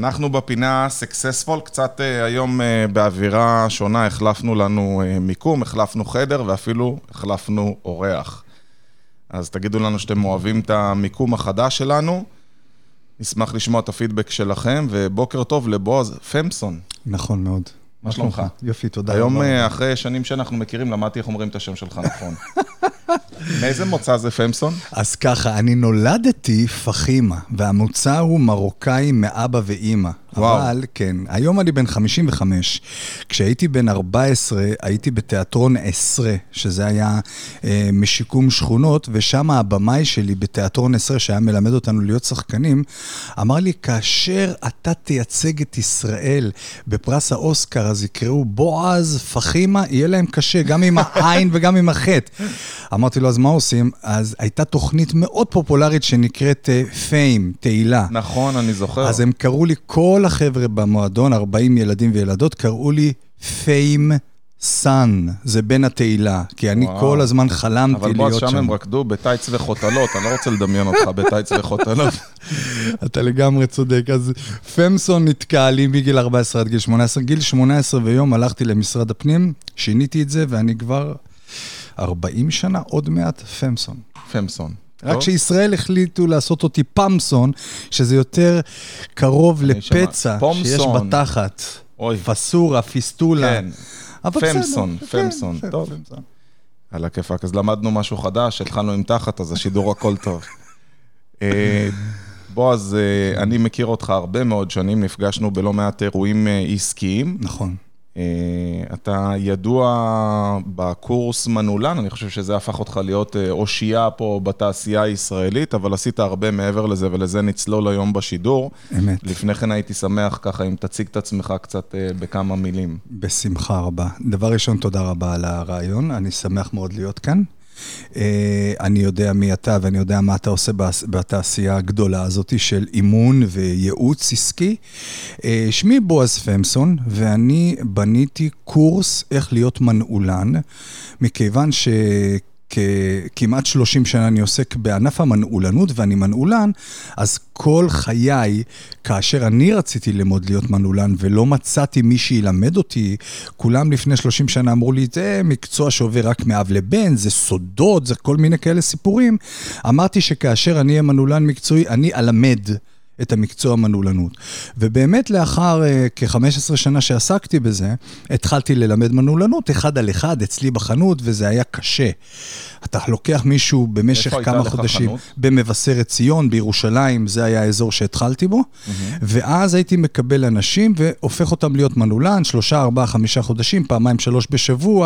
אנחנו בפינה Successful, קצת היום באווירה שונה, החלפנו לנו מיקום, החלפנו חדר ואפילו החלפנו אורח. אז תגידו לנו שאתם אוהבים את המיקום החדש שלנו, נשמח לשמוע את הפידבק שלכם, ובוקר טוב לבועז פמסון. נכון מאוד. מה שלומך? יופי, תודה. היום אחרי שנים שאנחנו מכירים, למדתי איך אומרים את השם שלך נכון. מאיזה מוצא זה פמסון? אז ככה, אני נולדתי פחימה, והמוצא הוא מרוקאי מאבא ואימא. אבל כן, היום אני בן 55. כשהייתי בן 14, הייתי בתיאטרון 10, שזה היה משיקום שכונות, ושם הבמאי שלי בתיאטרון 10, שהיה מלמד אותנו להיות שחקנים, אמר לי, כאשר אתה תייצג את ישראל בפרס האוסקר, אז יקראו בועז פחימה, יהיה להם קשה, גם עם העין וגם עם החטא. אמרתי לו, אז מה עושים? אז הייתה תוכנית מאוד פופולרית שנקראת פיים, תהילה. נכון, אני זוכר. אז הם קראו לי, כל החבר'ה במועדון, 40 ילדים וילדות, קראו לי פיים סן, זה בין התהילה, כי אני כל הזמן חלמתי להיות שם. אבל בועז שם הם רקדו בטייץ וחוטלות, אני לא רוצה לדמיין אותך בטייץ וחוטלות. אתה לגמרי צודק, אז פמסון נתקע לי מגיל 14 עד גיל 18, גיל 18 ויום הלכתי למשרד הפנים, שיניתי את זה ואני כבר 40 שנה, עוד מעט פמסון. פמסון. רק שישראל החליטו לעשות אותי פמסון, שזה יותר קרוב לפצע שיש בתחת. פסורה, פיסטולה. כן, פמסון, פמסון. טוב, על הכיפק. אז למדנו משהו חדש, התחלנו עם תחת, אז השידור הכל טוב. בועז, אני מכיר אותך הרבה מאוד שנים, נפגשנו בלא מעט אירועים עסקיים. נכון. אתה ידוע בקורס מנעולן, אני חושב שזה הפך אותך להיות אושייה פה בתעשייה הישראלית, אבל עשית הרבה מעבר לזה, ולזה נצלול היום בשידור. אמת. לפני כן הייתי שמח ככה, אם תציג את עצמך קצת בכמה מילים. בשמחה רבה. דבר ראשון, תודה רבה על הרעיון, אני שמח מאוד להיות כאן. אני יודע מי אתה ואני יודע מה אתה עושה בתעשייה הגדולה הזאת של אימון וייעוץ עסקי. שמי בועז פמסון ואני בניתי קורס איך להיות מנעולן, מכיוון כמעט 30 שנה אני עוסק בענף המנעולנות ואני מנעולן, אז כל חיי, כאשר אני רציתי ללמוד להיות מנעולן ולא מצאתי מי שילמד אותי, כולם לפני 30 שנה אמרו לי, זה מקצוע שעובר רק מאב לבן, זה סודות, זה כל מיני כאלה סיפורים. אמרתי שכאשר אני אהיה מנעולן מקצועי, אני אלמד את המקצוע מנעולנות. ובאמת לאחר כ-15 שנה שעסקתי בזה, התחלתי ללמד מנעולנות, אחד על אחד אצלי בחנות, וזה היה קשה. אתה לוקח מישהו במשך כמה חודשים, במבשרת ציון, בירושלים, זה היה האזור שהתחלתי בו, ואז הייתי מקבל אנשים, והופך אותם להיות מנעולן, 3, 4, 5 חודשים, 2-3 בשבוע,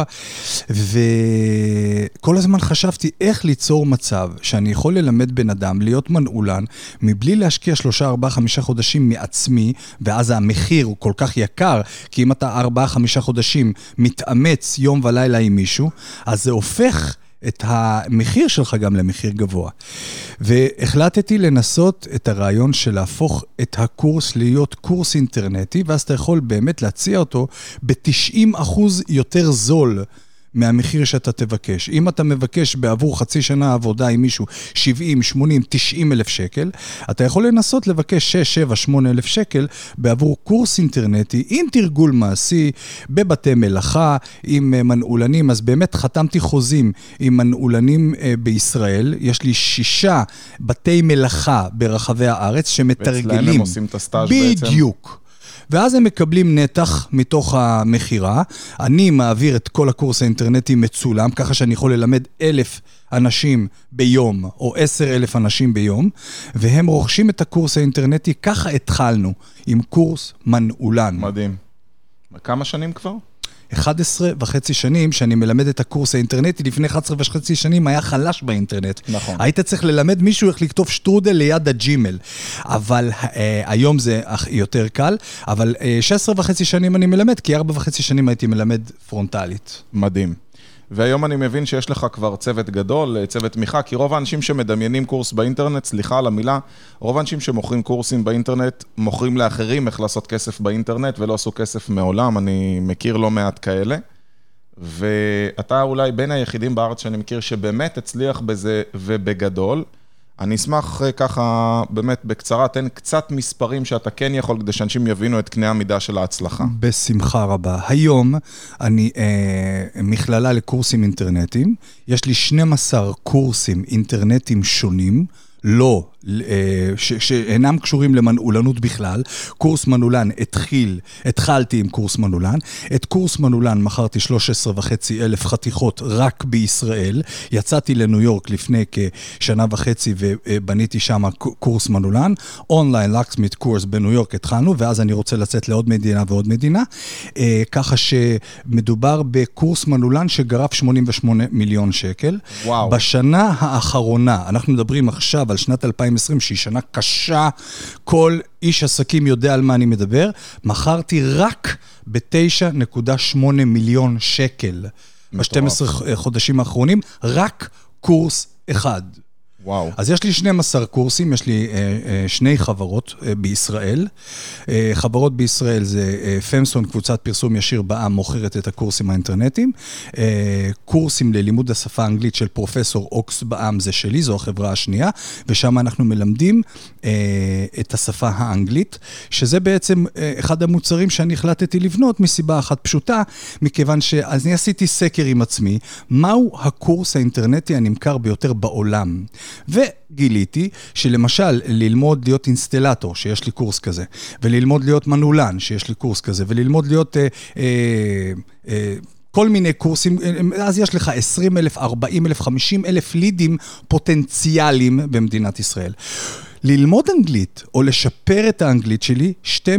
וכל הזמן חשבתי איך ליצור מצב, שאני יכול ללמד בן אדם להיות מנעולן, מבלי להשקיע 3, 4, 5 חודשים מעצמי, ואז המחיר הוא כל כך יקר, כי אם אתה 4, 5 חודשים מתאמץ יום ולילה עם מישהו, אז זה הופך את המחיר שלך גם למחיר גבוה. והחלטתי לנסות את הרעיון של להפוך את הקורס להיות קורס אינטרנטי, ואז אתה יכול באמת להציע אותו ב-90% יותר זול מהמחיר שאתה תבקש. אם אתה מבקש בעבור חצי שנה עבודה עם מישהו 70, 80, 90 אלף שקל, אתה יכול לנסות לבקש 6, 7, 8 אלף שקל בעבור קורס אינטרנטי עם תרגול מעשי, בבתי מלאכה, עם מנעולנים. אז באמת חתמתי חוזים עם מנעולנים בישראל. יש לי 6 בתי מלאכה ברחבי הארץ שמתרגלים. ואצלהם הם עושים את הסטאז' בעצם. בדיוק. ואז הם מקבלים נתח מתוך המחירה. אני מעביר את כל הקורס האינטרנטי מצולם, ככה שאני יכול ללמד 1,000 אנשים ביום, או 10,000 אנשים ביום, והם רוכשים את הקורס האינטרנטי, ככה התחלנו, עם קורס מנעולן. מדהים. כמה שנים כבר? 11.5 שנים שאני מלמד את הקורס האינטרנטי, לפני 11.5 שנים היה חלש באינטרנט. נכון. היית צריך ללמד מישהו איך לכתוב שטרודל ליד הג'ימל, אבל היום זה יותר קל, אבל 16.5 שנים אני מלמד, כי 4.5 שנים הייתי מלמד פרונטלית. מדהים. והיום אני מבין שיש לך כבר צוות גדול, צוות תמיכה, כי רוב האנשים שמדמיינים קורס באינטרנט, סליחה על המילה, רוב האנשים שמוכרים קורסים באינטרנט, מוכרים לאחרים איך לעשות כסף באינטרנט, ולא עשו כסף מעולם, אני מכיר לא מעט כאלה, ואתה אולי בין היחידים בארץ שאני מכיר שבאמת הצליח בזה ובגדול, אני אשמח ככה, באמת בקצרה, תן קצת מספרים שאתה כן יכול, כדי שאנשים יבינו את קנה המידה של ההצלחה. בשמחה רבה. היום אני מכללה לקורסים אינטרנטיים, יש לי 12 קורסים אינטרנטיים שונים, לא, שאינם קשורים למנעולנות בכלל. קורס מנעולן התחלתי עם קורס מנעולן. את קורס מנעולן מכרתי 13,500 חתיכות רק בישראל. יצאתי לניו יורק לפני כשנה וחצי ובניתי שם קורס מנעולן. אונליין לקסמית קורס בניו יורק התחלנו, ואז אני רוצה לצאת לעוד מדינה ועוד מדינה. ככה שמדובר בקורס מנעולן שגרף 88 מיליון שקל. וואו. בשנה האחרונה, אנחנו מדברים עכשיו על שנת 2020, שהיא שנה קשה, כל איש עסקים יודע על מה אני מדבר, מכרתי רק ב-9.8 מיליון שקל. ב-12 חודשים האחרונים, רק קורס אחד. וואו. אז יש לי 12 קורסים, יש לי שני חברות בישראל. חברות בישראל זה פמסון, קבוצת פרסום ישיר בעם, מוכרת את הקורסים האינטרנטיים. קורסים ללימוד השפה האנגלית של פרופסור אוקס בעם זה שלי, זו החברה השנייה, ושם אנחנו מלמדים את השפה האנגלית, שזה בעצם אחד המוצרים שאני החלטתי לבנות מסיבה אחת פשוטה, מכיוון אז אני עשיתי סקר עם עצמי, מהו הקורס האינטרנטי הנמכר ביותר בעולם? וגיליתי שלמשל ללמוד להיות אינסטלטור, שיש לי קורס כזה, וללמוד להיות מנעולן, שיש לי קורס כזה, וללמוד להיות כל מיני קורסים, אז יש לך 20,000, 40,000, 50,000 לידים פוטנציאליים במדינת ישראל. ללמוד אנגלית או לשפר את האנגלית שלי,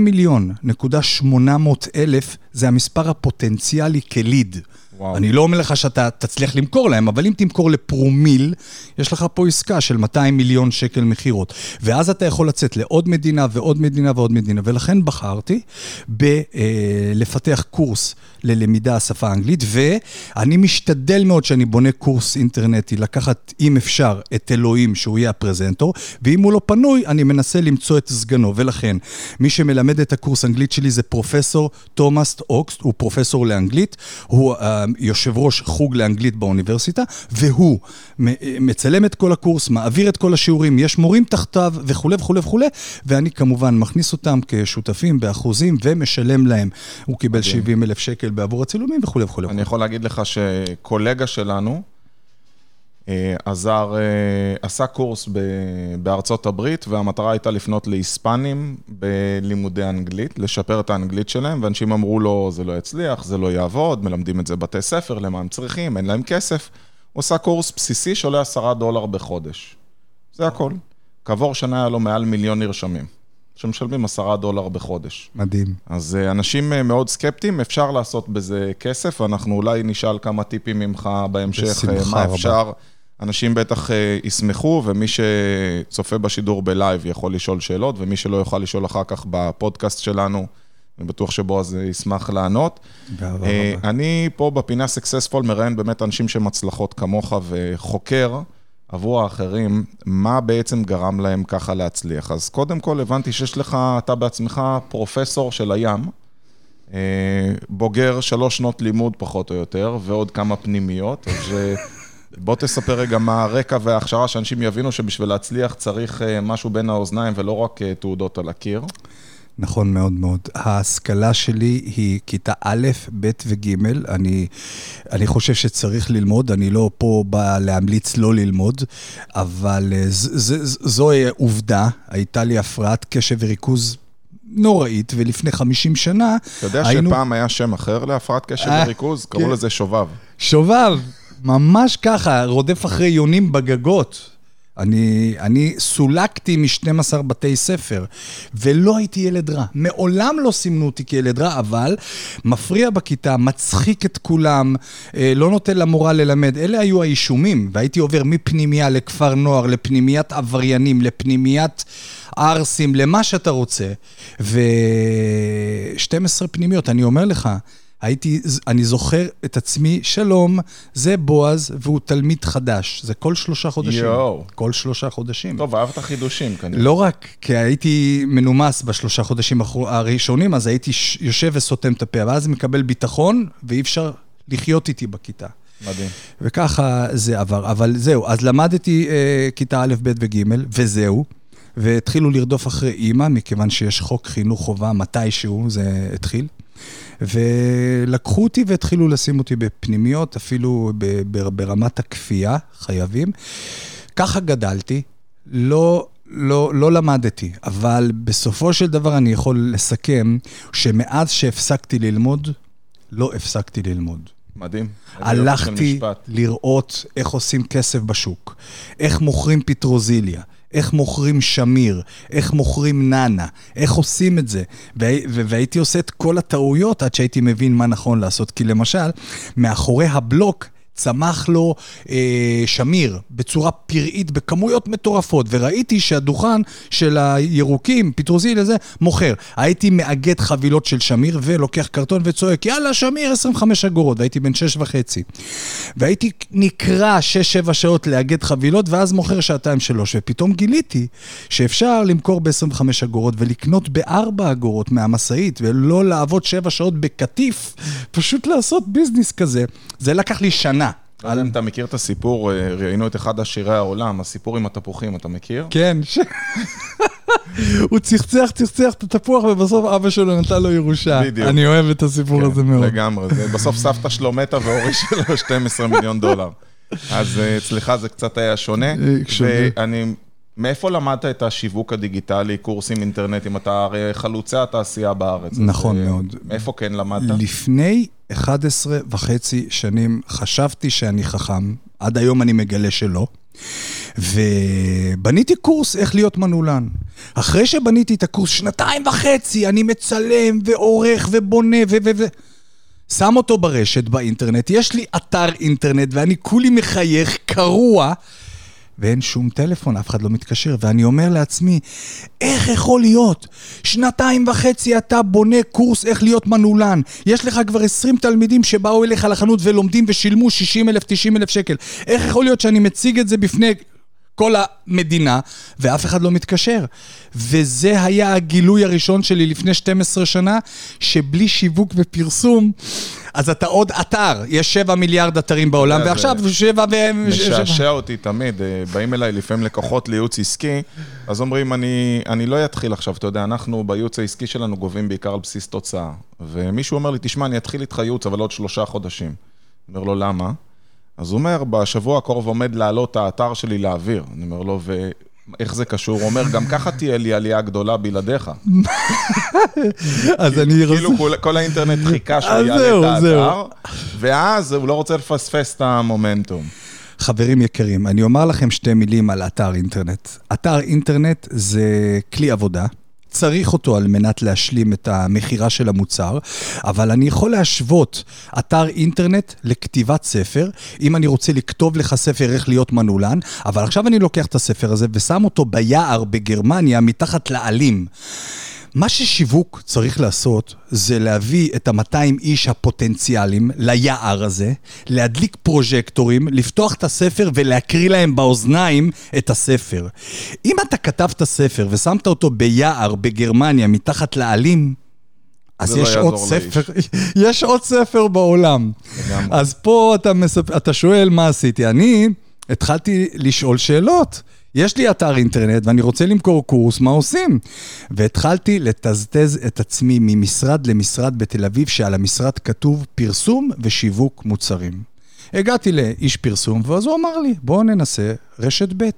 2,800,000 זה המספר הפוטנציאלי כליד. וואו. אני לא אומר לך שאתה תצליח למכור להם, אבל אם תמכור לפרומיל, יש לך פה עסקה של 200 מיליון שקל מחירות. ואז אתה יכול לצאת לעוד מדינה ועוד מדינה ועוד מדינה. ולכן בחרתי לפתח קורס ללמידה השפה האנגלית, ואני משתדל מאוד שאני בונה קורס אינטרנטי, לקחת אם אפשר את אלוהים שהוא יהיה הפרזנטור, ואם הוא לא פנוי, אני מנסה למצוא את סגנו. ולכן, מי שמלמד את הקורס אנגלית שלי זה פרופסור תומאס אוקסט, הוא פרופסור לאנגלית, הוא יושב ראש חוג לאנגלית באוניברסיטה, והוא מצלם את כל הקורס, מעביר את כל השיעורים, יש מורים תחתיו וכו' וכו' וכו', ואני כמובן מכניס אותם כשותפים באחוזים ומשלם להם. הוא קיבל 70,000 שקל בעבור הצילומים וכו' וכו'. אני יכול להגיד לך שקולגה שלנו עשה קורס בארצות הברית, והמטרה הייתה לפנות להיספנים בלימודי אנגלית, לשפר את האנגלית שלהם, ואנשים אמרו לו, זה לא יצליח, זה לא יעבוד, מלמדים את זה בתי ספר, למה הם צריכים, אין להם כסף. הוא עשה קורס בסיסי שעולה $10 בחודש. זה הכל. כעבור שנה היה לו מעל 1,000,000 נרשמים, שמשלמים $10 בחודש. מדהים. אז אנשים מאוד סקפטיים, אפשר לעשות בזה כסף, ואנחנו אולי נשאל כמה טיפים ממך בהמשך, מה אפשר. אנשים בטח ישמחו, ומי שצופה בשידור בלייב יכול לשאול שאלות, ומי שלא יוכל לשאול אחר כך בפודקאסט שלנו, אני בטוח שבועז ישמח לענות. אני פה בפינה Successful מראיין באמת אנשים שמצלחות כמוך, וחוקר עבור האחרים, מה בעצם גרם להם ככה להצליח. אז קודם כל הבנתי שיש לך, אתה בעצמך פרופסור של הים, בוגר 3 שנות לימוד פחות או יותר, ועוד כמה פנימיות, אז בוא תספר רגע מה הרקע וההכשרה, שאנשים יבינו שבשביל להצליח צריך משהו בין האוזניים, ולא רק תעודות על הקיר. נכון מאוד מאוד. ההשכלה שלי היא כיתה א', ב' וג'. אני חושב שצריך ללמוד, אני לא פה בא להמליץ לא ללמוד, אבל זוהי עובדה, הייתה לי הפרעת קשב וריכוז נוראית, ולפני 50 שנה אתה יודע שפעם היה שם אחר להפרעת קשב וריכוז? קראו לזה שובב. שובב, ממש ככה, רודף אחרי יונים בגגות. אני סולקתי מ-12 בתי ספר, ולא הייתי ילד רע. מעולם לא סימנו אותי כילד רע, אבל מפריע בכיתה, מצחיק את כולם, לא נותן למורה ללמד. אלה היו האישומים, והייתי עובר מפנימיה לכפר נוער, לפנימיית עבריינים, לפנימיית ארסים, למה שאתה רוצה. ו-12 פנימיות, אני אומר לך, אני זוכר את עצמי, שלום, זה בועז, והוא תלמיד חדש. זה כל 3 חודשים. כל 3 חודשים. טוב, אהבת חידושים כנראה. לא רק, כי הייתי מנומס ב3 חודשים הראשונים, אז הייתי יושב וסותם את הפה, ואז מקבל ביטחון, ואי אפשר לחיות איתי בכיתה. מדהים. וככה זה עבר, אבל זהו, אז למדתי כיתה א', ב' וג' וזהו, והתחילו לרדוף אחרי אימא, מכיוון שיש חוק חינוך חובה, מתישהו זה התחיל, ולקחו אותי והתחילו לשים אותי בפנימיות, אפילו ברמת הכפייה, חייבים. ככה גדלתי, לא למדתי, אבל בסופו של דבר אני יכול לסכם שמאז שהפסקתי ללמוד, לא הפסקתי ללמוד. מדהים. הלכתי לראות איך עושים כסף בשוק, איך מוכרים פטרוזיליה, איך מוכרים שמיר, איך מוכרים ננה, איך עושים את זה. והייתי עושה את כל הטעויות עד שהייתי מבין מה נכון לעשות. כי למשל, מאחורי הבלוק צמח לו שמיר בצורה פראית בכמויות מטורפות, וראיתי שהדוכן של הירוקים, פטרוזיליה זה, מוכר. הייתי מאגד חבילות של שמיר ולוקח קרטון וצועק, יאללה שמיר 25 אגורות, והייתי בן 6.5. והייתי נקרא 6-7 שעות לאגד חבילות, ואז מוכר 2-3, ופתאום גיליתי שאפשר למכור ב-25 אגורות ולקנות ב4 אגורות מהמסעית, ולא לעבוד 7 שעות בקטיף, פשוט לעשות ביזנס כזה. זה לקח לי שנה. אם אתה מכיר את הסיפור, ראינו את אחד השירי העולם, הסיפור עם התפוחים, אתה מכיר? כן. הוא צחצח את התפוח, ובסוף אבא שלו נתן לו ירושה. בדיוק. אני אוהב את הסיפור הזה מאוד. לגמרי. בסוף סבתא שלו מתה והורי שלו 12 מיליון דולר. אז אצלך זה קצת היה שונה. ואני... מאיפה למדת את השיווק הדיגיטלי, קורסים אינטרנטיים? אתה הרי חלוצי התעשייה בארץ. נכון מאוד. מאיפה כן למדת? לפני 11.5 שנים חשבתי שאני חכם, עד היום אני מגלה שלא, ובניתי קורס איך להיות מנעולן. אחרי שבניתי את הקורס 2.5, אני מצלם ועורך ובונה שם אותו ברשת באינטרנט, יש לי אתר אינטרנט ואני כולי מחייך, קרוע, ואין שום טלפון, אף אחד לא מתקשר, ואני אומר לעצמי, איך יכול להיות? 2.5 אתה בונה קורס איך להיות מנעולן, יש לך כבר 20 תלמידים שבאו אליך לחנות ולומדים ושילמו 60,000, 90,000 שקל, איך יכול להיות שאני מציג את זה בפני כל המדינה, ואף אחד לא מתקשר? וזה היה הגילוי הראשון שלי לפני 12 שנה, שבלי שיווק ופרסום, אז אתה עוד אתר, יש 7 מיליארד אתרים בעולם, ועכשיו 7 משעשע אותי תמיד, באים אליי לפעמים לקוחות לייעוץ עסקי, אז אומרים, אני לא אתחיל עכשיו, אתה יודע, אנחנו בייעוץ העסקי שלנו גובים בעיקר על בסיס תוצאה, ומישהו אומר לי, תשמע, אני אתחיל איתך ייעוץ, אבל עוד 3 חודשים. אני אומר לו, למה? אז הוא אומר, בשבוע הקרוב עומד לעלות האתר שלי לאוויר. אני אומר לו, ואיך זה קשור? הוא אומר, גם ככה תהיה לי עלייה גדולה בלעדיך. אז אני רוצה... כאילו כל האינטרנט חיכה שהוא יעלה את האתר, ואז הוא לא רוצה לפספס את המומנטום. חברים יקרים, אני אומר לכם 2 מילים על אתר אינטרנט. אתר אינטרנט זה כלי עבודה. צריך אותו על מנת להשלים את המחירה של המוצר, אבל אני יכול להשוות אתר אינטרנט לכתיבת ספר, אם אני רוצה לכתוב לך ספר איך להיות מנעולן, אבל עכשיו אני לוקח את הספר הזה ושם אותו ביער בגרמניה מתחת לעלים. מה ששיווק צריך לעשות זה להביא את 200 איש הפוטנציאליים ליער הזה, להדליק פרוז'קטורים, לפתוח את הספר ולהקריא להם באוזניים את הספר. אם אתה כתבת ספר ושמת אותו ביער בגרמניה מתחת לעלים, אז יש עוד ספר, יש עוד ספר בעולם. אז פה אתה שואל מה עשיתי. אני התחלתי לשאול שאלות. יש לי אתר אינטרנט ואני רוצה למכור קורס, מה עושים? והתחלתי לתזתז את עצמי ממשרד למשרד בתל אביב, שעל המשרד כתוב פרסום ושיווק מוצרים. הגעתי לאיש פרסום, ואז הוא אמר לי, בואו ננסה רשת ב'.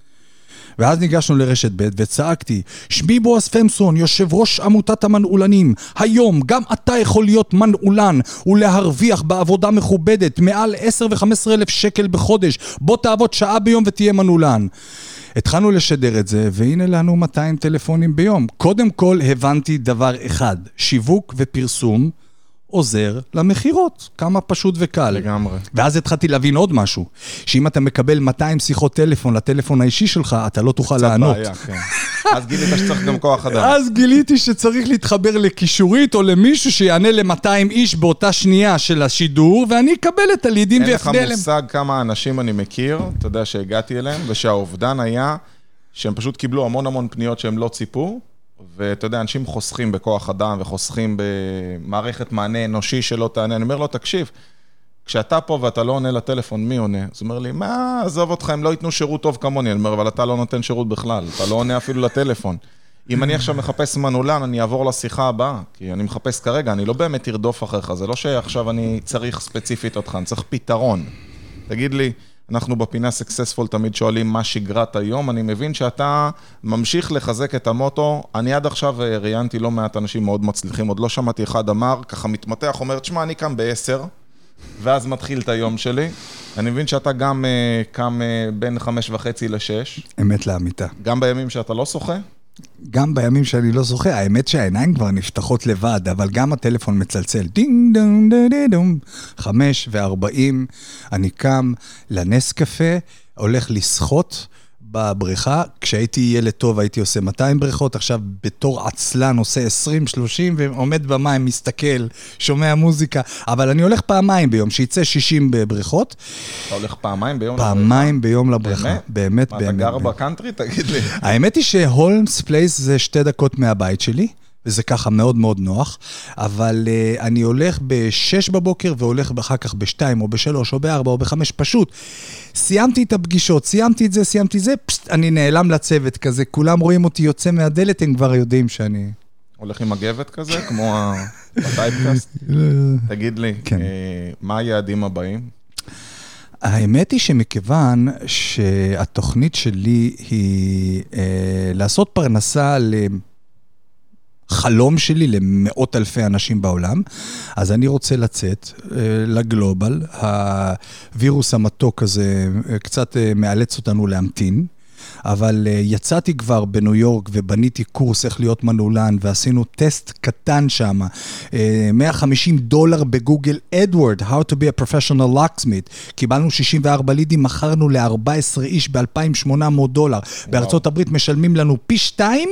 ואז ניגשנו לרשת ב' וצעקתי, שמי בועז פמסון, יושב ראש עמותת המנעולנים. היום גם אתה יכול להיות מנעולן ולהרוויח בעבודה מכובדת מעל 10 ו-15 אלף שקל בחודש. בוא תעבוד שעה ביום ותהיה מנעולן. התחלנו לשדר את זה, והנה לנו 200 טלפונים ביום. קודם כל הבנתי דבר אחד, שיווק ופרסום עוזר למחירות, כמה פשוט וקל. לגמרי. ואז התחלתי להבין עוד משהו, שאם אתה מקבל 200 שיחות טלפון לטלפון האישי שלך, אתה לא תוכל לענות. בעיה, כן. אז גילית שצריך גם כוח אדם. אז גיליתי שצריך להתחבר לקישורית, או למישהו שיענה ל-200 איש באותה שנייה של השידור, ואני אקבל את הלידים ויפנה להם. אין לך מושג כמה אנשים אני מכיר, אתה יודע שהגעתי אליהם, ושהאובדן היה שהם פשוט קיבלו המון פניות שהם לא ציפו, ואתה יודע, אנשים חוסכים בכוח אדם וחוסכים במערכת מענה אנושי שלא תענה. אני אומר לו, תקשיב, כשאתה פה ואתה לא עונה לטלפון, מי עונה? אז הוא אומר לי, מה, עזוב אותך, הם לא ייתנו שירות טוב כמוני. אני אומר, אבל אתה לא נותן שירות בכלל, אתה לא עונה אפילו לטלפון. אם אני עכשיו מחפש מנעולן, אני אעבור לשיחה הבאה, כי אני מחפש כרגע, אני לא באמת ארדוף אחריך, זה לא שעכשיו אני צריך ספציפית אותך, אני צריך פתרון. תגיד לי, אנחנו בפינה סקסספול תמיד שואלים מה שגרת היום, אני מבין שאתה ממשיך לחזק את המוטו, אני עד עכשיו ראיינתי לא מעט אנשים מאוד מצליחים, עוד לא שמעתי אחד אמר, ככה מתמתח, אומר, תשמע, אני קם ב-10, ואז מתחיל את היום שלי, אני מבין שאתה גם קם בין 5:30 ל-6. אמת לאמיתה. גם בימים שאתה לא שוחה? גם בימים שאני לא זוכה, האמת שהעיניים כבר נפתחות לבד, אבל גם הטלפון מצלצל, דינג דונג דונג 5:40, אני קם לנס קפה, הולך לשחות בבריכה, כשהייתי ילד טוב הייתי עושה 200 בריכות, עכשיו בתור עצלן עושה 20-30 ועומד במים, מסתכל, שומע מוזיקה, אבל אני הולך פעמיים ביום, שיצא 60 בבריכות. אתה הולך פעמיים ביום לבריכה? פעמיים ביום לבריכה, באמת. מה, אתה גר בקאנטרי? תגיד לי. האמת היא שהולמס פלייס זה 2 דקות מהבית שלי, וזה ככה מאוד מאוד נוח, אבל אני הולך ב-6 בבוקר, והולך אחר כך ב-2 או ב-3 או ב-4 או ב-5, פשוט. סיימתי את הפגישות, סיימתי את זה, אני נעלם לצוות כזה, כולם רואים אותי יוצא מהדלת, הם כבר יודעים שאני... הולך עם הגבת כזה, כמו בטייפקאסט? תגיד לי, מה היעדים הבאים? האמת היא שמכיוון שהתוכנית שלי היא לעשות פרנסה חלום שלי למאות אלפי אנשים בעולם, אז אני רוצה לצאת לגלובל, הווירוס המתוק הזה קצת מאלץ אותנו להמתין, אבל יצאתי כבר בניו יורק ובניתי קורס איך להיות מנעולן, ועשינו טסט קטן שם, $150 בגוגל אדוורד, How to be a professional locksmith, קיבלנו 64 לידים, מכרנו ל-14 איש ב$2,800, בארצות הברית משלמים לנו פי 2,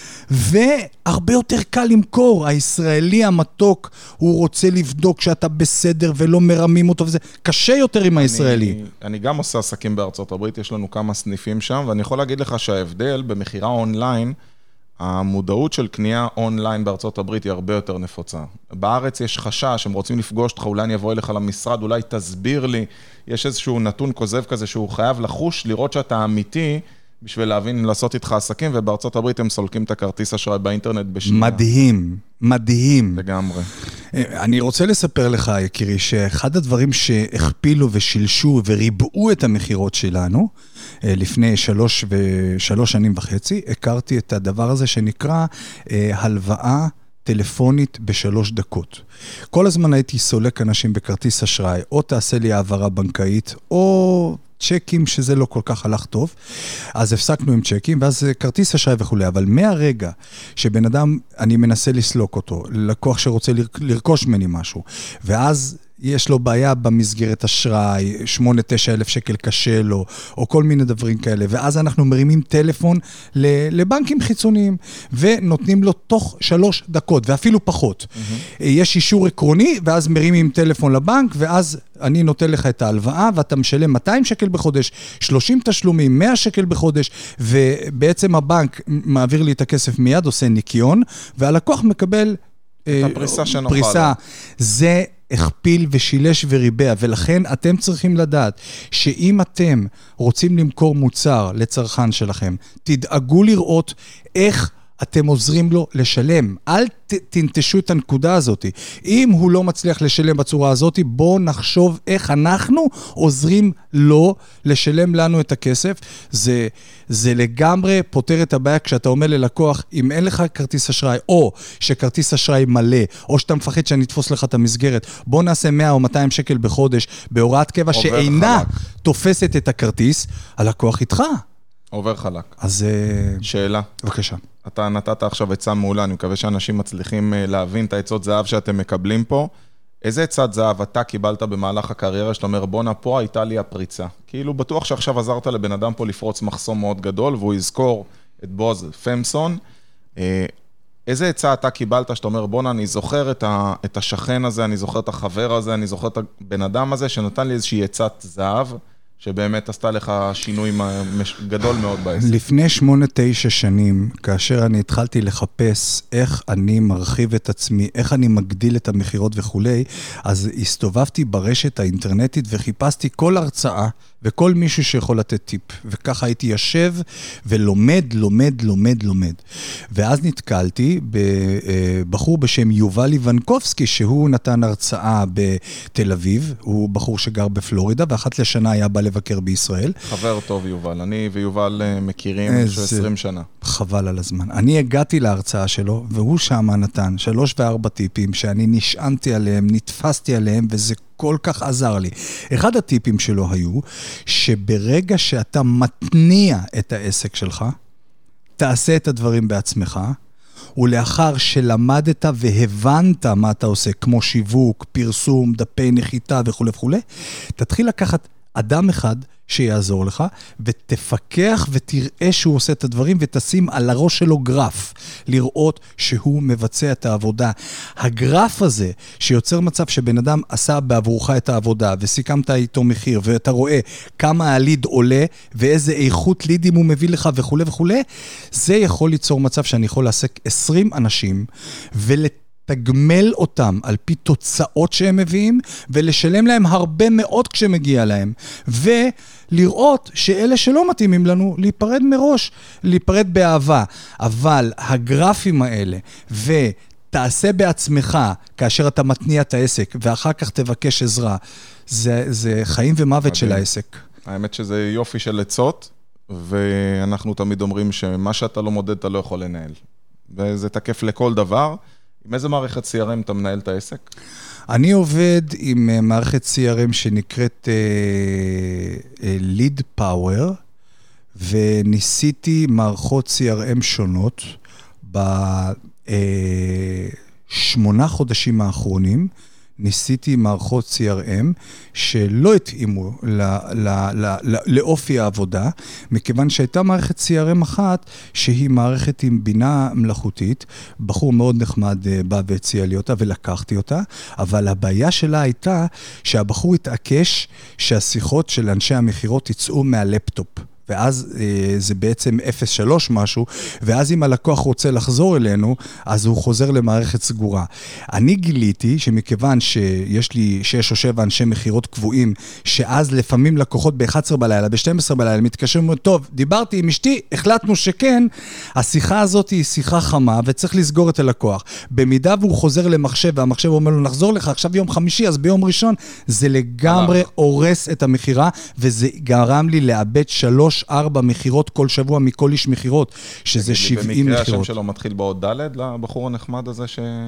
והרבה יותר קל למכור. הישראלי המתוק, הוא רוצה לבדוק שאתה בסדר ולא מרמים אותו, וזה קשה יותר עם הישראלי. אני גם עושה עסקים בארצות הברית, יש לנו כמה סניפים שם, ואני יכול להגיד לך שההבדל במחירה אונליין, המודעות של קנייה אונליין בארצות הברית היא הרבה יותר נפוצה. בארץ יש חשש, הם רוצים לפגוש אותך, אולי אני אבוא אליך למשרד, אולי תסביר לי, יש איזשהו נתון כוזב כזה שהוא חייב לחוש, לראות שאתה אמיתי, בשביל להבין, לעשות איתך עסקים, ובארצות הברית הם סולקים את הכרטיס אשראי באינטרנט בשנייה. מדהים, מדהים. לגמרי. אני רוצה לספר לך, יקירי, שאחד הדברים שהכפילו ושילשו וריבעו את המחירות שלנו, לפני 3 שנים וחצי, הכרתי את הדבר הזה שנקרא הלוואה טלפונית ב3 דקות. כל הזמן הייתי סולק אנשים בכרטיס אשראי, או תעשה לי העברה בנקאית, או צ'קים שזה לא כל כך הלך טוב, אז הפסקנו עם צ'קים, ואז כרטיס אשראי וכו', אבל מהרגע שבן אדם, אני מנסה לסלוק אותו, לקוח שרוצה לרכוש ממני משהו, ואז יש לו בעיה במסגרת אשראי, 8-9 אלף שקל קשה לו, או כל מיני דברים כאלה, ואז אנחנו מרימים טלפון לבנקים חיצוניים, ונותנים לו תוך 3 דקות, ואפילו פחות. יש אישור עקרוני, ואז מרימים טלפון לבנק, ואז אני נותן לך את ההלוואה, ואתה משלם 200 שקל בחודש, 30 תשלומים, 100 שקל בחודש, ובעצם הבנק מעביר לי את הכסף מיד, עושה ניקיון, והלקוח מקבל את הפריסה שנוכל. פריסה. זה הכפיל ושילש וריבע, ולכן אתם צריכים לדעת שאם אתם רוצים למכור מוצר לצרכן שלכם, תדאגו לראות איך אתם עוזרים לו לשלם. אל תנטשו את הנקודה הזאת. אם הוא לא מצליח לשלם בצורה הזאת, בואו נחשוב איך אנחנו עוזרים לו לשלם לנו את הכסף. זה לגמרי פותר את הבעיה כשאתה אומר ללקוח, אם אין לך כרטיס אשראי, או שכרטיס אשראי מלא, או שאתה מפחד שאני אתפוס לך את המסגרת, בואו נעשה 100 או 200 שקל בחודש, בהוראת קבע שאינה תופסת את הכרטיס, הלקוח איתך. עובר חלק. אז שאלה. בבקשה. אתה נתת עכשיו עצה מעולה, אני מקווה שאנשים מצליחים להבין את העצות זהב שאתם מקבלים פה. איזה עצת זהב אתה קיבלת במהלך הקריירה, שאתה אומר, בונה פה הייתה לי הפריצה. כאילו בטוח שעכשיו עזרת לבן אדם פה לפרוץ מחסום מאוד גדול, והוא יזכור את בוז פמסון. איזה עצה אתה קיבלת שאתה אומר, בונה, אני זוכר את השכן הזה, אני זוכר את החבר הזה, אני זוכר את הבן אדם הזה, שנתן לי איזושהי עצת זהב, שבאמת עשתה לך שינוי גדול מאוד בעסק? לפני 8-9 שנים, כאשר אני התחלתי לחפש איך אני מרחיב את עצמי, איך אני מגדיל את המחירות וכולי, אז הסתובבתי ברשת האינטרנטית וחיפשתי כל הרצאה וכל מישהו שיכול לתת טיפ. וככה הייתי יושב ולומד. ואז נתקלתי בבחור בשם יובל איוונקובסקי, שהוא נתן הרצאה בתל אביב, הוא בחור שגר בפלורידה, ואחת לשנה היה בא לבקר בישראל. חבר טוב יובל, אני ויובל מכירים 20 שנה. חבל על הזמן. אני הגעתי להרצאה שלו, והוא שם נתן 3 ו4 טיפים שאני נשענתי עליהם, נתפסתי עליהם, וזה כל כך עזר לי. אחד הטיפים שלו היו, שברגע שאתה מתניע את העסק שלך, תעשה את הדברים בעצמך, ולאחר שלמדת והבנת מה אתה עושה, כמו שיווק, פרסום, דפי נחיתה וכו' וכו', תתחיל לקחת אדם אחד שיעזור לך, ותפקח ותראה שהוא עושה את הדברים, ותשים על הראש שלו גרף, לראות שהוא מבצע את העבודה. הגרף הזה, שיוצר מצב שבן אדם עשה בעבורך את העבודה, וסיכמת איתו מחיר, ואתה רואה כמה הליד עולה, ואיזה איכות לידים הוא מביא לך וכו' וכו', זה יכול ליצור מצב שאני יכול לעסק 20 אנשים, תגמל אותם על פי תוצאות שהם מביאים, ולשלם להם הרבה מאוד כשמגיע להם, ולראות שאלה שלא מתאימים לנו, להיפרד מראש, להיפרד באהבה. אבל הגרפים האלה, ותעשה בעצמך, כאשר אתה מתניע את העסק, ואחר כך תבקש עזרה, זה חיים ומוות של העסק. האמת שזה יופי של עצות, ואנחנו תמיד אומרים שמה שאתה לא מודד, אתה לא יכול לנהל. וזה תקף לכל דבר. עם איזה מערכת CRM אתה מנהל את העסק? אני עובד עם מערכת CRM שנקראת Lead Power, וניסיתי מערכות CRM שונות ב8 חודשים האחרונים, ניסיתי מערכות CRM שלא התאימו לאופי העבודה, מכיוון שהייתה מערכת CRM אחת שהיא מערכת עם בינה מלאכותית, בחור מאוד נחמד בא והציע לי אותה ולקחתי אותה, אבל הבעיה שלה הייתה שהבחור התעקש שהשיחות של אנשי המחירות יצאו מהלפטופ. ואז זה בעצם 0.3 משהו, ואז אם הלקוח רוצה לחזור אלינו, אז הוא חוזר למערכת סגורה. אני גיליתי שמכיוון שיש לי 6 או 7 אנשי מחירות קבועים, שאז לפעמים לקוחות ב-11 בלילה, ב-12 בלילה, מתקשרים, טוב, דיברתי עם אשתי, החלטנו שכן, השיחה הזאת היא שיחה חמה, וצריך לסגור את הלקוח. במידה והוא חוזר למחשב, והמחשב אומר לו, נחזור לך עכשיו יום חמישי, אז ביום ראשון, זה לגמרי הורס את המחירה, וזה גרם לי לאבד 3-4 מחירות כל שבוע מכל איש מחירות, שזה 70 מחירות. במקרה השם שלו מתחיל באות ד' לבחור הנחמד הזה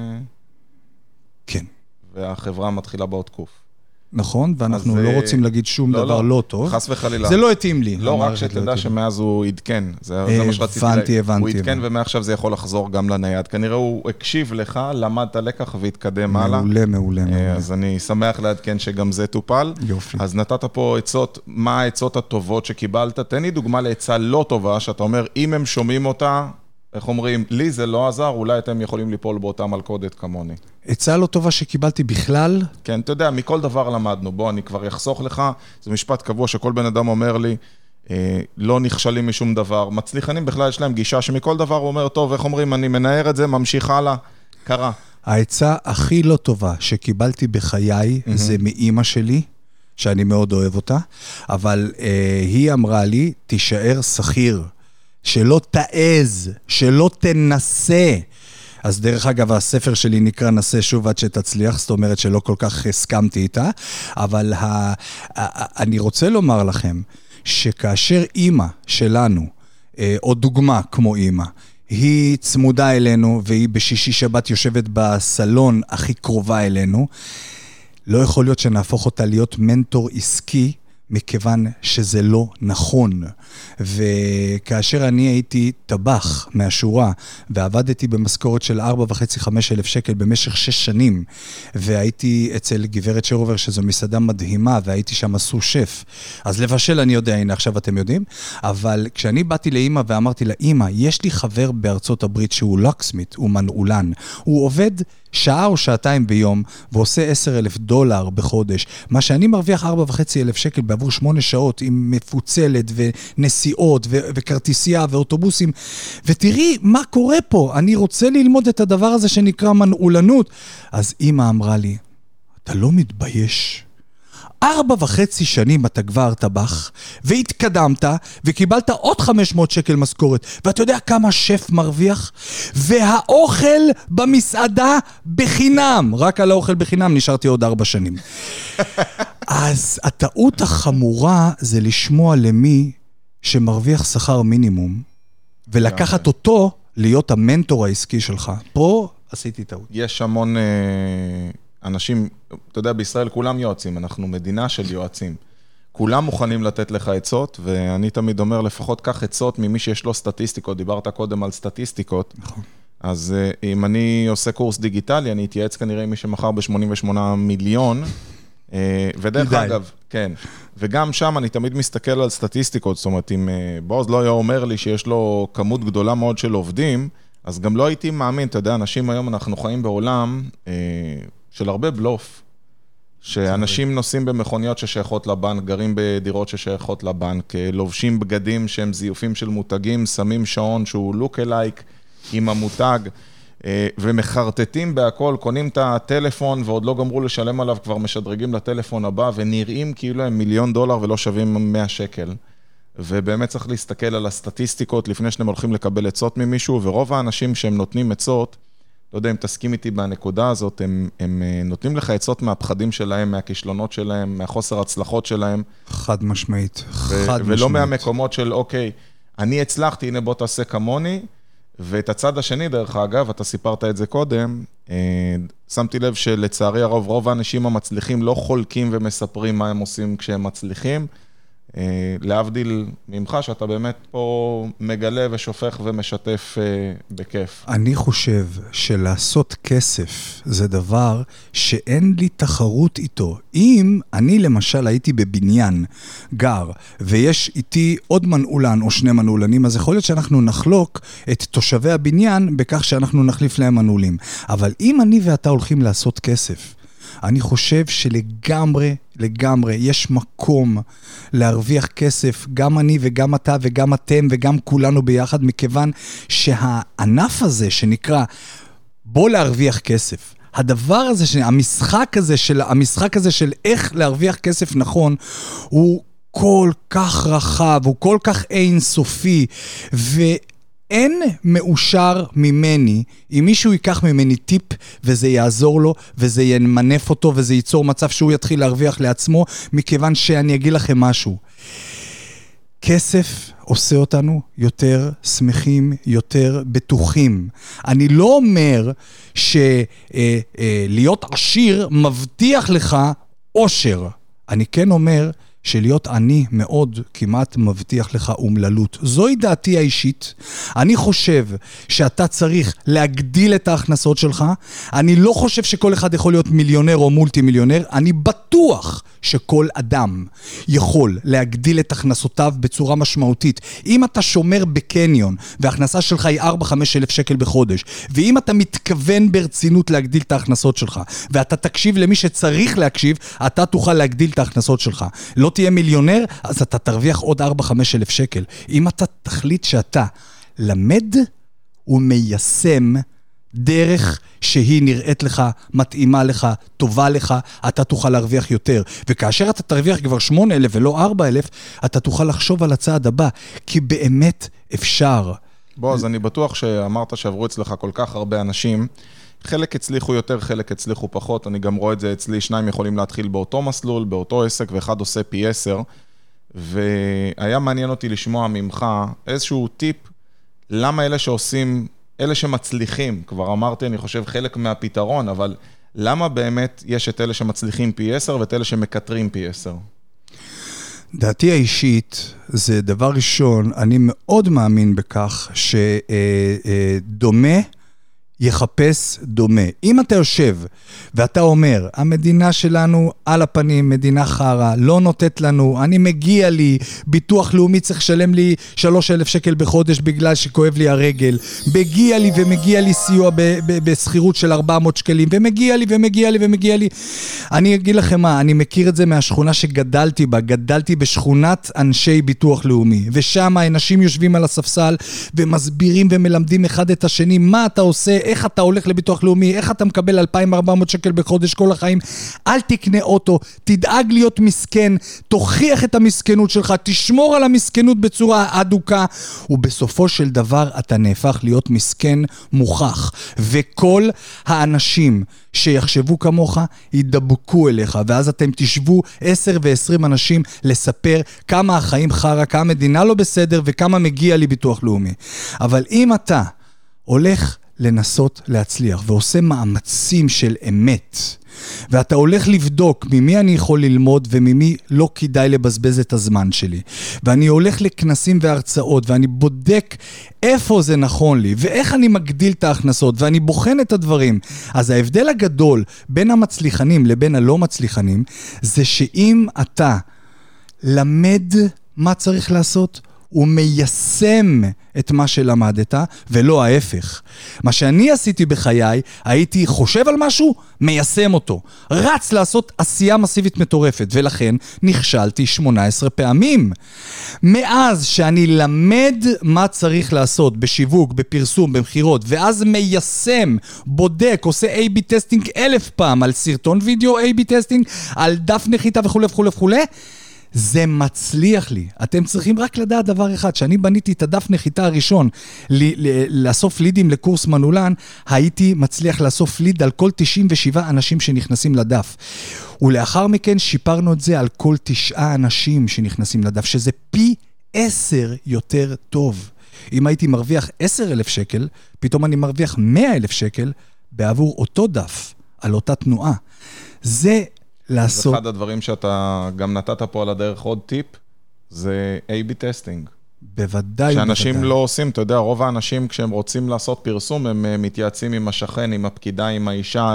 כן. והחברה מתחילה באות קוף. נכון, ואנחנו לא רוצים להגיד שום דבר לא טוב. חס וחלילה. זה לא התאים לי. לא, רק שתדע שמאז הוא עדכן. זה מה שרציתי להגיד. הבנתי. הוא עדכן ומעכשיו זה יכול לחזור גם לנייד. כנראה הוא הקשיב לך, למד את הלקח והתקדם הלאה. מעולה. אז אני שמח לעדכן שגם זה טופל. יופי. אז נתת פה עצות, מה העצות הטובות שקיבלת? תן לי דוגמה לעצה לא טובה, שאתה אומר, אם הם שומעים אותה, איך אומרים, לי זה לא עזר, אולי אתם יכולים ליפול באותה מלכודת כמוני. עצה לא טובה שקיבלתי בכלל? כן, אתה יודע, מכל דבר למדנו. בוא, אני כבר יחסוך לך. זה משפט קבוע שכל בן אדם אומר לי, לא נכשלים משום דבר. מצליחנים בכלל יש להם גישה שמכל דבר הוא אומר, טוב, איך אומרים, אני מנער את זה, ממשיך הלאה, קרה. העצה הכי לא טובה שקיבלתי בחיי, זה מאמא שלי, שאני מאוד אוהב אותה, אבל היא אמרה לי, תישאר שכיר. שלא תעז, שלא תנסה. אז דרך אגב, הספר שלי נקרא נסה שוב עד שתצליח, זאת אומרת שלא כל כך הסכמתי איתה, אבל אני רוצה לומר לכם, שכאשר אימא שלנו, או דוגמה כמו אימא, היא צמודה אלינו, והיא בשישי שבת יושבת בסלון הכי קרובה אלינו, לא יכול להיות שנהפוך אותה להיות מנטור עסקי, מכיוון שזה לא נכון. וכאשר אני הייתי טבח מהשורה, ועבדתי במשכורת של 4,500-5,000 שקל במשך 6 שנים, והייתי אצל גברת שרובר, שזו מסעדה מדהימה, והייתי שם עשו שף. אז לבשל אני יודע, הנה עכשיו אתם יודעים, אבל כשאני באתי לאמא ואמרתי לה, אמא, יש לי חבר בארצות הברית שהוא לוקסמית, הוא מנעולן, הוא עובד שעה או שעתיים ביום, ועושה $10,000 בחודש, מה שאני מרוויח 4,500 שקל בעבור 8 שעות, עם מפוצלת ונסיעות וכרטיסייה ואוטובוסים, ותראי מה קורה פה, אני רוצה ללמוד את הדבר הזה שנקרא מנעולנות. אז אמא אמרה לי, אתה לא מתבייש? 4.5 שנים אתה כבר טבח, והתקדמת, וקיבלת עוד 500 שקל משכורת, ואתה יודע כמה שף מרוויח? והאוכל במסעדה בחינם, רק על האוכל בחינם נשארתי עוד 4 שנים. אז הטעות החמורה זה לשמוע למי שמרוויח שכר מינימום, ולקחת אותו להיות המנטור העסקי שלך. פה עשיתי טעות. יש המון אנשים, אתה יודע, בישראל כולם יועצים, אנחנו מדינה של יועצים. כולם מוכנים לתת לך עצות, ואני תמיד אומר, לפחות כך עצות ממי שיש לו סטטיסטיקות, דיברת קודם על סטטיסטיקות. נכון. אז אם אני עושה קורס דיגיטלי, אני אתייעץ כנראה עם מי שמחר ב-88 מיליון, ודרך אגב, כן, וגם שם אני תמיד מסתכל על סטטיסטיקות, זאת אומרת, אם בוז לא היה אומר לי שיש לו כמות גדולה מאוד של עובדים, אז גם לא הייתי מאמין, אתה יודע, אנשים היום אנחנו חיים בעולם של הרבה בלוף, שאנשים נוסעים במכוניות ששייכות לבנק, גרים בדירות ששייכות לבנק, לובשים בגדים שהם זיופים של מותגים, שמים שעון שהוא look alike עם המותג, ומחרטטים בהכל, קונים את הטלפון ועוד לא גמרו לשלם עליו, כבר משדרגים לטלפון הבא, ונראים כאילו הם $1,000,000 ולא שווים 100 שקל. ובאמת צריך להסתכל על הסטטיסטיקות לפני שאתם הולכים לקבל עצות ממישהו, ורוב האנשים שהם נותנים עצות, לא יודע אם תסכים איתי בנקודה הזאת, הם נותנים לך עצות מהפחדים שלהם, מהכישלונות שלהם, מהחוסר הצלחות שלהם. חד משמעית. ולא מהמקומות של, אוקיי, אני הצלחתי, הנה בוא תעשה כמוני, ואת הצד השני, דרך אגב, אתה סיפרת את זה קודם, שמתי לב שלצערי הרוב, רוב האנשים המצליחים לא חולקים ומספרים מה הם עושים כשהם מצליחים, להבדיל ממך, שאתה באמת פה מגלה ושופך ומשתף בכיף. אני חושב שלעשות כסף זה דבר שאין לי תחרות איתו. אם אני למשל הייתי בבניין גר, ויש איתי עוד מנעולן או 2 מנעולנים, אז יכול להיות שאנחנו נחלוק את תושבי הבניין בכך שאנחנו נחליף להם מנעולים. אבל אם אני ואתה הולכים לעשות כסף, אני חושב שלגמרי, יש מקום להרוויח כסף, גם אני וגם אתה וגם אתם וגם כולנו ביחד, מכיוון שהענף הזה שנקרא בוא להרוויח כסף, הדבר הזה, המשחק הזה של איך להרוויח כסף נכון, הוא כל כך רחב, הוא כל כך אינסופי, אין מאושר ממני, אם מישהו ייקח ממני טיפ וזה יעזור לו וזה ינמנף אותו וזה ייצור מצב שהוא יתחיל להרוויח לעצמו, מכיוון שאני אגיד לכם משהו. כסף עושה אותנו יותר שמחים, יותר בטוחים. אני לא אומר שלהיות עשיר מבטיח לך עושר. אני כן אומר שלהיות עני מאוד כמעט מבטיח לך אומללות. זוהי דעתי האישית. אני חושב שאתה צריך להגדיל את ההכנסות שלך. אני לא חושב שכל אחד יכול להיות מיליונר או מולטי מיליונר. אני בטוח שכל אדם יכול להגדיל את הכנסותיו בצורה משמעותית. אם אתה שומר בקניון וההכנסה שלך היא 4-5 אלף שקל בחודש, ואם אתה מתכוון ברצינות להגדיל את ההכנסות שלך, ואתה תקשיב למי שצריך להקשיב, אתה תוכל להגדיל את ההכנסות שלך. לא תהיה מיליונר, אז אתה תרוויח עוד 4-5 אלף שקל. אם אתה תחליט שאתה למד ומיישם דרך שהיא נראית לך, מתאימה לך, טובה לך, אתה תוכל להרוויח יותר. וכאשר אתה תרוויח כבר 8,000 ולא 4,000, אתה תוכל לחשוב על הצעד הבא, כי באמת אפשר. בוא, אז אני בטוח שאמרת שעברו אצלך כל כך הרבה אנשים, חלק הצליחו יותר, חלק הצליחו פחות, אני גם רואה את זה אצלי, 2 יכולים להתחיל באותו מסלול, באותו עסק, ואחד עושה פי 10, והיה מעניין אותי לשמוע ממך איזשהו טיפ, למה אלה שעושים, אלה שמצליחים, כבר אמרתי, אני חושב חלק מהפתרון, אבל למה באמת יש את אלה שמצליחים פי 10 ואת אלה שמקטרים פי 10? דעתי האישית זה דבר ראשון, אני מאוד מאמין בכך שדומה יחפש דומה. אם אתה יושב ואתה אומר, המדינה שלנו על הפנים, מדינה חרה, לא נותת לנו, אני מגיע לי, ביטוח לאומי צריך לשלם לי 3,000 שקל בחודש בגלל שכואב לי הרגל, מגיע לי ומגיע לי סיוע בסחירות של 400 שקלים, ומגיע לי ומגיע לי ומגיע לי. אני אגיד לכם מה, אני מכיר את זה מהשכונה שגדלתי בה, גדלתי בשכונת אנשי ביטוח לאומי, ושם האנשים יושבים על הספסל ומסבירים ומלמדים אחד את השני, מה אתה עושה, איך אתה הולך לביטוח לאומי, איך אתה מקבל 2,400 שקל בחודש כל החיים, אל תקנה אוטו, תדאג להיות מסכן, תוכיח את המסכנות שלך, תשמור על המסכנות בצורה אדוקה, ובסופו של דבר אתה נהפך להיות מסכן מוכח, וכל האנשים שיחשבו כמוך ידבקו אליך, ואז אתם תשבו 10 ו-20 אנשים לספר כמה החיים חרה, כמה המדינה לא בסדר וכמה מגיע לי ביטוח לאומי. אבל אם אתה הולך לנסות להצליח ועושה מאמצים של אמת, ואתה הולך לבדוק ממי אני יכול ללמוד וממי לא כדאי לבזבז את הזמן שלי, ואני הולך לכנסים והרצאות ואני בודק איפה זה נכון לי ואיך אני מגדיל את ההכנסות ואני בוחן את הדברים, אז ההבדל הגדול בין המצליחנים לבין הלא מצליחנים זה שאם אתה למד מה צריך לעשות, הוא מיישם את מה שלמדת, ולא ההפך. מה שאני עשיתי בחיי, הייתי חושב על משהו, מיישם אותו. רץ לעשות עשייה מסיבית מטורפת, ולכן נכשלתי 18 פעמים. מאז שאני למד מה צריך לעשות בשיווק, בפרסום, במחירות, ואז מיישם, בודק, עושה A-B טסטינג 1,000 פעם, על סרטון וידאו A-B טסטינג, על דף נחיתה וכו' וכו' וכו', זה מצליח לי. אתם צריכים רק לדעת דבר אחד, שאני בניתי את הדף נחיתה הראשון, לאסוף לידים לקורס מנולן, הייתי מצליח לאסוף ליד על כל 97 אנשים שנכנסים לדף. ולאחר מכן שיפרנו את זה על כל 9 אנשים שנכנסים לדף, שזה פי 10 יותר טוב. אם הייתי מרוויח 10,000 שקל, פתאום אני מרוויח 100,000 שקל, בעבור אותו דף, על אותה תנועה. זה לעשות... אחד הדברים שאתה גם נתת פה על הדרך עוד טיפ, זה A-B טסטינג. בוודאי. שאנשים לא עושים, אתה יודע, רוב האנשים כשהם רוצים לעשות פרסום, הם מתייעצים עם השכן, עם הפקידה, עם האישה,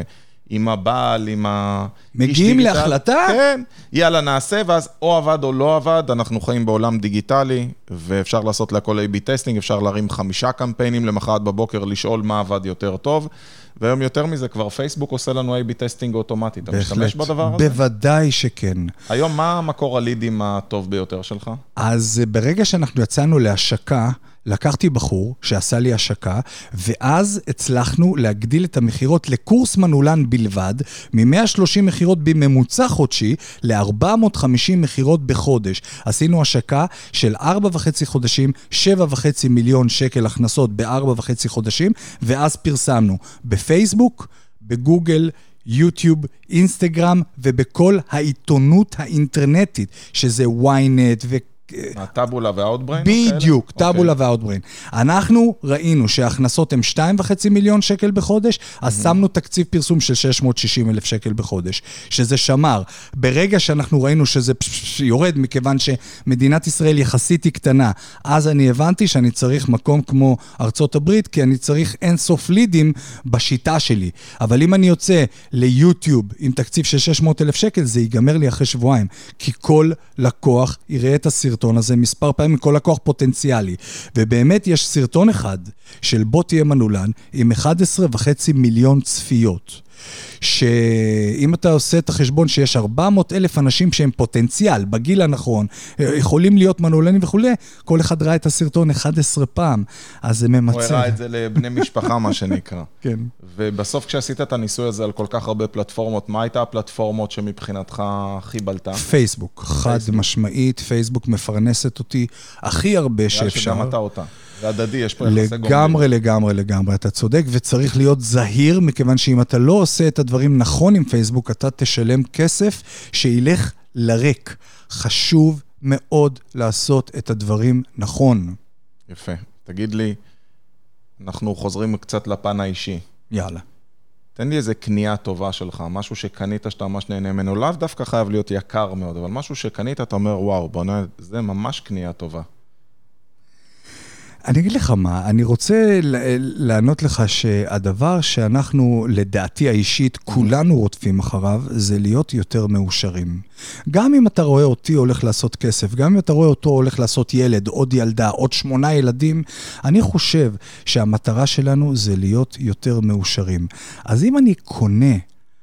עם הבעל, עם מגיעים להחלטה? כן, יאללה נעשה, ואז או עבד או לא עבד, אנחנו חיים בעולם דיגיטלי, ואפשר לעשות להכל A-B טסטינג, אפשר להרים 5 קמפיינים למחרת בבוקר, לשאול מה עבד יותר טוב, והיום יותר מזה, כבר פייסבוק עושה לנו A-B טסטינג אוטומטי. אתה משתמש בדבר הזה? בוודאי שכן. היום מה המקור הלידים הטוב ביותר שלך? אז ברגע שאנחנו יצאנו להשקה, לקחתי בחור שעשה לי השקה, ואז הצלחנו להגדיל את המחירות לקורס מנולן בלבד, מ-130 מחירות בממוצע חודשי, ל-450 מחירות בחודש. עשינו השקה של 4.5 חודשים, 7.5 מיליון שקל הכנסות ב-4.5 חודשים, ואז פרסמנו בפייסבוק, בגוגל, יוטיוב, אינסטגרם, ובכל העיתונות האינטרנטית, שזה ynet טאבולה והאוטבריין? בדיוק, טאבולה והאוטבריין. אנחנו ראינו שההכנסות הן 2.5 מיליון שקל בחודש, אז שמנו תקציב פרסום של 660,000 שקל בחודש, שזה שמר. ברגע שאנחנו ראינו שזה יורד, מכיוון שמדינת ישראל יחסית היא קטנה, אז אני הבנתי שאני צריך מקום כמו ארצות הברית, כי אני צריך אינסוף לידים בשיטה שלי. אבל אם אני יוצא ליוטיוב עם תקציב של 600,000 שקל, זה ייגמר לי אחרי שבועיים, כי כל לקוח יראה את הסרטון הזה מספר פעמים, כל לקוח פוטנציאלי. ובאמת יש סרטון אחד של בוא תהיה מנולן עם 11.5 מיליון צפיות. שאם אתה עושה את החשבון שיש 400,000 אנשים שהם פוטנציאל, בגיל הנכון, יכולים להיות מנולנים וכו', כל אחד ראה את הסרטון 11 פעם, אז זה ממצא. הוא הראה את זה לבני משפחה, מה שנקרא. כן. ובסוף כשעשית את הניסוי הזה על כל כך הרבה פלטפורמות, מה הייתה הפלטפורמות שמבחינתך הכי בלטה? פייסבוק, חד משמעית, פייסבוק מפרנסת אותי הכי הרבה שאפשר. שגם אתה אותה. זה הדדי, יש פה יחסי גומרים. לגמרי, אתה צודק, וצריך להיות זהיר, מכיוון שאם אתה לא עושה את הדברים נכון עם פייסבוק, אתה תשלם כסף שילך לריק. חשוב מאוד לעשות את הדברים נכון. יפה. תגיד לי, אנחנו חוזרים קצת לפן האישי. יאללה. תן לי איזה קנייה טובה שלך, משהו שקנית שאתה ממש נהנה ממנו, לאו דווקא חייב להיות יקר מאוד, אבל משהו שקנית, אתה אומר, וואו, בוא נראה, זה ממש קנייה טובה. אני אגיד לך מה, אני רוצה לענות לך שהדבר שאנחנו, לדעתי האישית, כולנו רודפים אחריו, זה להיות יותר מאושרים. גם אם אתה רואה אותי הולך לעשות כסף, גם אם אתה רואה אותו הולך לעשות ילד, עוד ילדה, עוד 8 ילדים, אני חושב שהמטרה שלנו זה להיות יותר מאושרים. אז אם אני קונה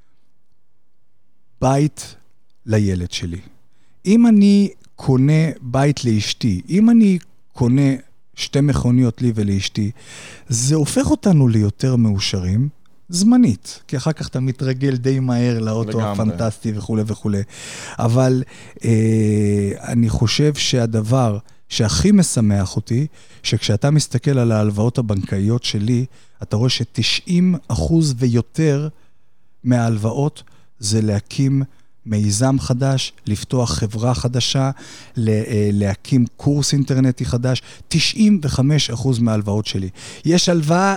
בית לילד שלי, אם אני קונה בית לאשתי, אם אני קונה 2 מכוניות לי ולאשתי, זה הופך אותנו ליותר מאושרים, זמנית, כי אחר כך אתה מתרגל די מהר לאוטו הפנטסטי וכו' וכו'. אבל אני חושב שהדבר שהכי משמח אותי, שכשאתה מסתכל על ההלוואות הבנקאיות שלי, אתה רואה ש90% ויותר מההלוואות זה להקים מיזם חדש, לפתוח חברה חדשה, להקים קורס אינטרנטי חדש, 95% מההלוואות שלי. יש הלוואה,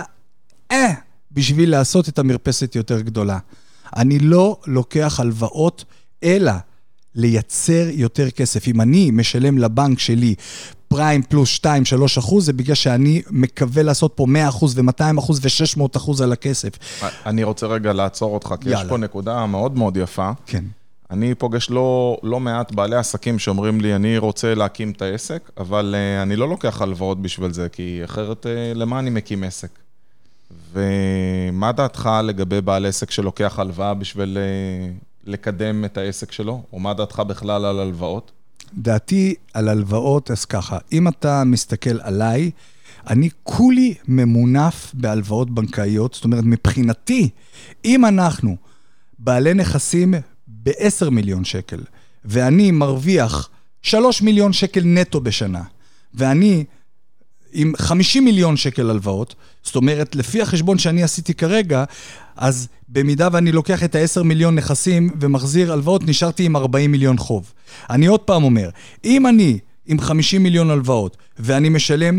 בשביל לעשות את המרפסת יותר גדולה. אני לא לוקח הלוואות, אלא לייצר יותר כסף. אם אני משלם לבנק שלי פריים פלוס 2-3%, זה בגלל שאני מקווה לעשות פה 100% ו-200% ו-600% על הכסף. אני רוצה רגע לעצור אותך, כי יש פה נקודה מאוד מאוד יפה. כן. אני פוגש לא מעט בעלי עסקים שאומרים לי, אני רוצה להקים את העסק, אבל אני לא לוקח הלוואות בשביל זה, כי אחרת למה אני מקים עסק? ומה דעתך לגבי בעל עסק שלוקח הלוואה בשביל לקדם את העסק שלו? או מה דעתך בכלל על הלוואות? דעתי על הלוואות, אז ככה, אם אתה מסתכל עליי, אני כולי ממונף בהלוואות בנקאיות, זאת אומרת, מבחינתי, אם אנחנו בעלי נכסים ב10 מיליון שקל, ואני מרוויח 3 מיליון שקל נטו בשנה, ואני עם 50 מיליון שקל הלוואות, זאת אומרת, לפי החשבון שאני עשיתי כרגע, אז במידה ואני לוקח את 10 מיליון נכסים ומחזיר הלוואות, נשארתי עם 40 מיליון חוב. אני עוד פעם אומר, אם אני עם 50 מיליון הלוואות, ואני משלם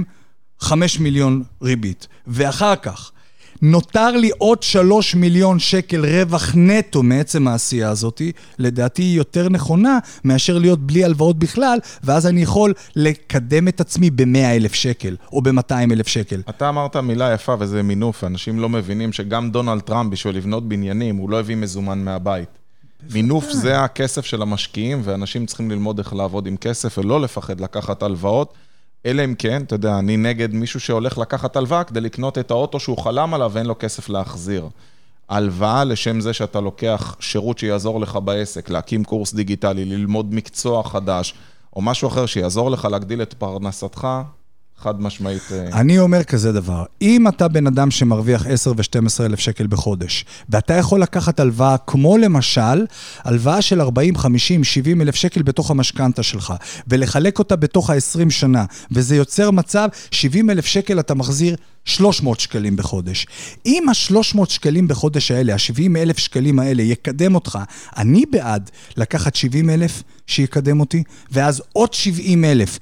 5 מיליון ריבית, ואחר כך נותר לי עוד 3 מיליון שקל רווח נטו מעצם העשייה הזאת, לדעתי היא יותר נכונה מאשר להיות בלי הלוואות בכלל, ואז אני יכול לקדם את עצמי ב100,000 שקל או ב200,000 שקל. אתה אמרת מילה יפה וזה מינוף, אנשים לא מבינים שגם דונלד טראמפ בשביל לבנות בניינים, הוא לא הביא מזומן מהבית. מינוף זה הכסף של המשקיעים, ואנשים צריכים ללמוד איך לעבוד עם כסף ולא לפחד לקחת הלוואות. אלא אם כן, אתה יודע, אני נגד מישהו שהולך לקחת הלוואה כדי לקנות את האוטו שהוא חלם עליו ואין לו כסף להחזיר. הלוואה לשם זה שאתה לוקח שירות שיעזור לך בעסק, להקים קורס דיגיטלי, ללמוד מקצוע חדש, או משהו אחר שיעזור לך להגדיל את פרנסתך, חד משמעית. אני אומר כזה דבר, אם אתה בן אדם שמרוויח 10 ו-12 אלף שקל בחודש, ואתה יכול לקחת הלוואה כמו למשל, הלוואה של 40, 50, 70 אלף שקל בתוך המשכנתה שלך, ולחלק אותה בתוך ה-20 שנה, וזה יוצר מצב, 70 אלף שקל אתה מחזיר 300 שקלים בחודש. אם ה-300 שקלים בחודש האלה, ה-70 אלף שקלים האלה יקדם אותך, אני בעד לקחת 70 אלף שיקדם אותי, ואז עוד 70 אלף,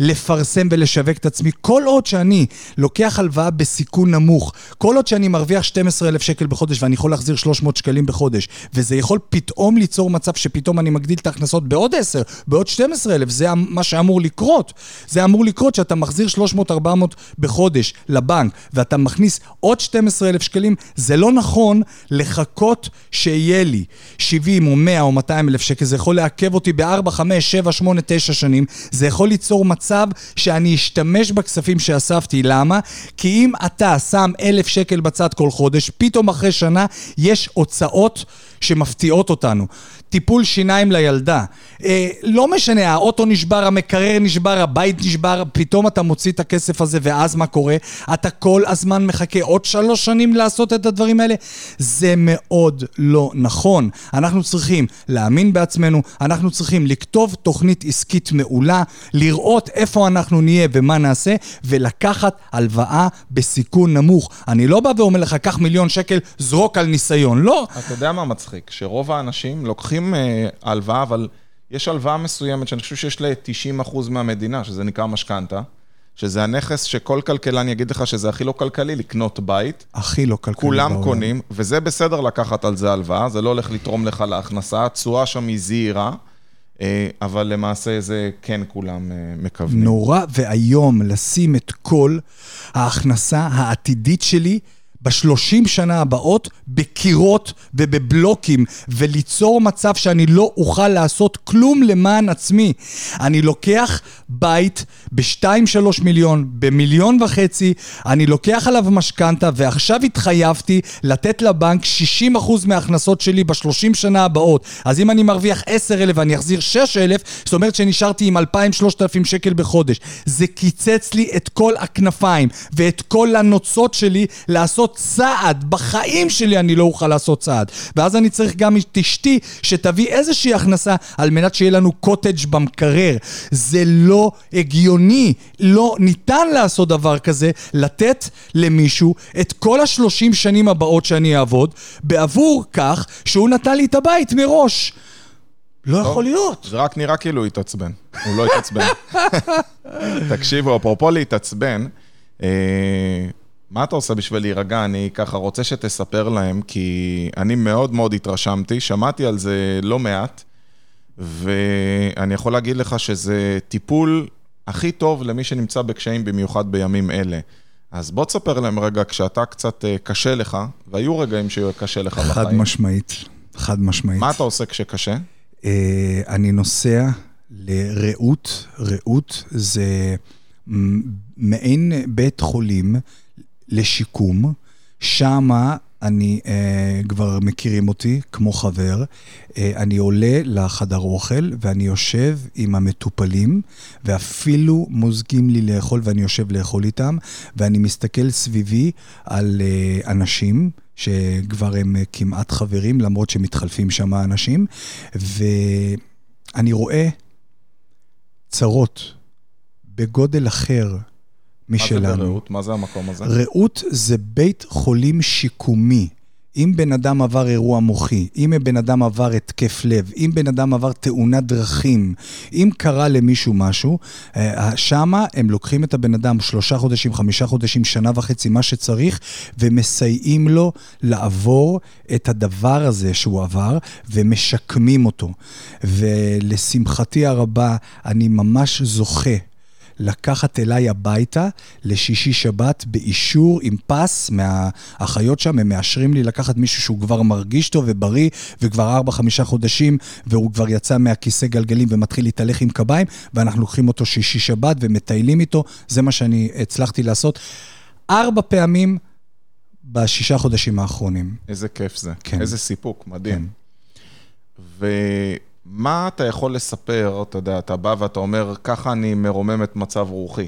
לפרסם ולשווק את עצמי, כל עוד שאני לוקח הלוואה בסיכון נמוך, כל עוד שאני מרוויח 12,000 שקל בחודש ואני יכול להחזיר 300 שקלים בחודש, וזה יכול פתאום ליצור מצב שפתאום אני מגדיל את ההכנסות בעוד 10, בעוד 12,000, זה מה שאמור לקרות. זה אמור לקרות שאתה מחזיר 300-400 בחודש לבנק, ואתה מכניס עוד 12,000 שקלים, זה לא נכון לחכות שיהיה לי 70 או 100 או 200,000 שקל, זה יכול לעכב אותי ב4, 5, 7, 8, 9 שנים, זה יכול ליצור מצב שאני אשתמש בכספים שאספתי. למה? כי אם אתה שם 1,000 שקל בצד כל חודש, פתאום אחרי שנה יש הוצאות שמפתיעות אותנו. טיפול שיניים לילדה. לא משנה, האוטו נשבר, המקרר נשבר, הבית נשבר, פתאום אתה מוציא את הכסף הזה, ואז מה קורה? אתה כל הזמן מחכה עוד 3 שנים לעשות את הדברים האלה? זה מאוד לא נכון. אנחנו צריכים להאמין בעצמנו, אנחנו צריכים לכתוב תוכנית עסקית מעולה, לראות איפה אנחנו נהיה ומה נעשה, ולקחת הלוואה בסיכון נמוך. אני לא בא ואומר לך, קח 1,000,000 שקל, זרוק על ניסיון. לא. אתה יודע מה מצחיק? שרוב האנשים לוקחים הלוואה, אבל יש הלוואה מסוימת שאני חושב שיש לה 90% מהמדינה, שזה נקרא משכנתה, שזה הנכס שכל כלכלן יגיד לך שזה הכי לא כלכלי, לקנות בית. הכי לא כלכלי. כולם קונים, וזה בסדר לקחת על זה הלוואה, זה לא הולך לתרום לך להכנסה, התשואה שם היא זהירה, אבל למעשה זה כן כולם מכוונים. נורא והיום לשים את כל ההכנסה העתידית שלי ב30 שנה הבאות בקירות ובבלוקים, וליצור מצב שאני לא אוכל לעשות כלום למען עצמי. אני לוקח בית ב2-3 מיליון, ב1.5 מיליון, אני לוקח עליו משכנתה, ועכשיו התחייבתי לתת לבנק 60% מההכנסות שלי ב30 שנה הבאות. אז אם אני מרוויח 10,000 ואני אחזיר 6,000, זאת אומרת שנשארתי עם 2,000-3,000 שקל בחודש. זה קיצץ לי את כל הכנפיים ואת כל הנוצות שלי לעשות צעד. בחיים שלי אני לא אוכל לעשות צעד. ואז אני צריך גם את אשתי שתביא איזושהי הכנסה על מנת שיהיה לנו קוטג' במקרר. זה לא הגיוני. לא ניתן לעשות דבר כזה, לתת למישהו את כל 30 שנים הבאות שאני אעבוד, בעבור כך שהוא נתן לי את הבית מראש. לא יכול להיות. זה רק נראה כאילו הוא התעצבן. הוא לא התעצבן. תקשיבו, אפרופו להתעצבן, מה אתה עושה בשביל להירגע? אני ככה רוצה שתספר להם, כי אני מאוד מאוד התרשמתי, שמעתי על זה לא מעט, ואני יכול להגיד לך שזה טיפול הכי טוב למי שנמצא בקשיים, במיוחד בימים אלה. אז בוא תספר להם רגע, כשאתה קצת קשה לך, והיו רגעים שיהיה קשה לך בחיים. חד משמעית, חד משמעית. מה אתה עושה כשקשה? אני נוסע לרעות. רעות זה מעין בית חולים לשיקום. שמה אני כבר מכירים אותי כמו חבר. אני עולה לחדר אוכל ואני יושב עם המטופלים, ואפילו מוזגים לי לאכול ואני יושב לאכול איתם, ואני מסתכל סביבי על אנשים שכבר הם כמעט חברים, למרות שמתחלפים שם אנשים, ואני רואה צרות בגודל אחר משלנו. מה זה ברעות? מה זה המקום הזה? רעות זה בית חולים שיקומי. אם בן אדם עבר אירוע מוחי, אם בן אדם עבר התקף לב, אם בן אדם עבר תאונת דרכים, אם קרה למישהו משהו, שמה הם לוקחים את הבן אדם 3 חודשים, 5 חודשים, 1.5 שנה, מה שצריך, ומסייעים לו לעבור את הדבר הזה שהוא עבר, ומשקמים אותו. ולשמחתי הרבה, אני ממש זוכה לקחת אליי הביתה לשישי שבת באישור עם פס מהאחיות שם. הם מאשרים לי לקחת מישהו שהוא כבר מרגיש טוב ובריא, וכבר 4-5 חודשים, והוא כבר יצא מהכיסא גלגלים ומתחיל להתהלך עם קביים, ואנחנו לוקחים אותו שישי שבת ומטיילים איתו. זה מה שאני הצלחתי לעשות 4 פעמים ב6 חודשים האחרונים. איזה כיף זה. כן. איזה סיפוק, מדהים. כן. מה אתה יכול לספר, אתה יודע, אתה בא ואתה אומר, ככה אני מרומם את מצב רוחי.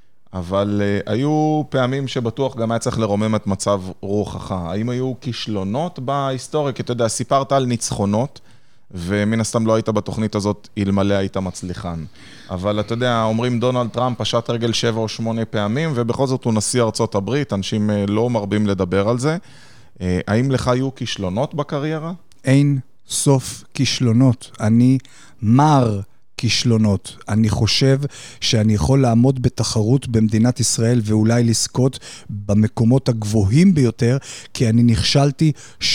אבל היו פעמים שבטוח גם היה צריך לרומם את מצב רוחך. האם היו כישלונות בהיסטוריה? כי אתה יודע, סיפרת על ניצחונות, ומן הסתם לא היית בתוכנית הזאת, אלמלא היית מצליחן. אבל אתה יודע, אומרים דונלד טראמפ פשט רגל 7 או 8 פעמים, ובכל זאת הוא נשיא ארצות הברית, אנשים לא מרבים לדבר על זה. האם לך היו כישלונות בקריירה? אין סוף כישלונות. אני מר כישלונות. אני חושב שאני יכול לעמוד בתחרות במדינת ישראל ואולי לזכות במקומות הגבוהים ביותר, כי אני נכשלתי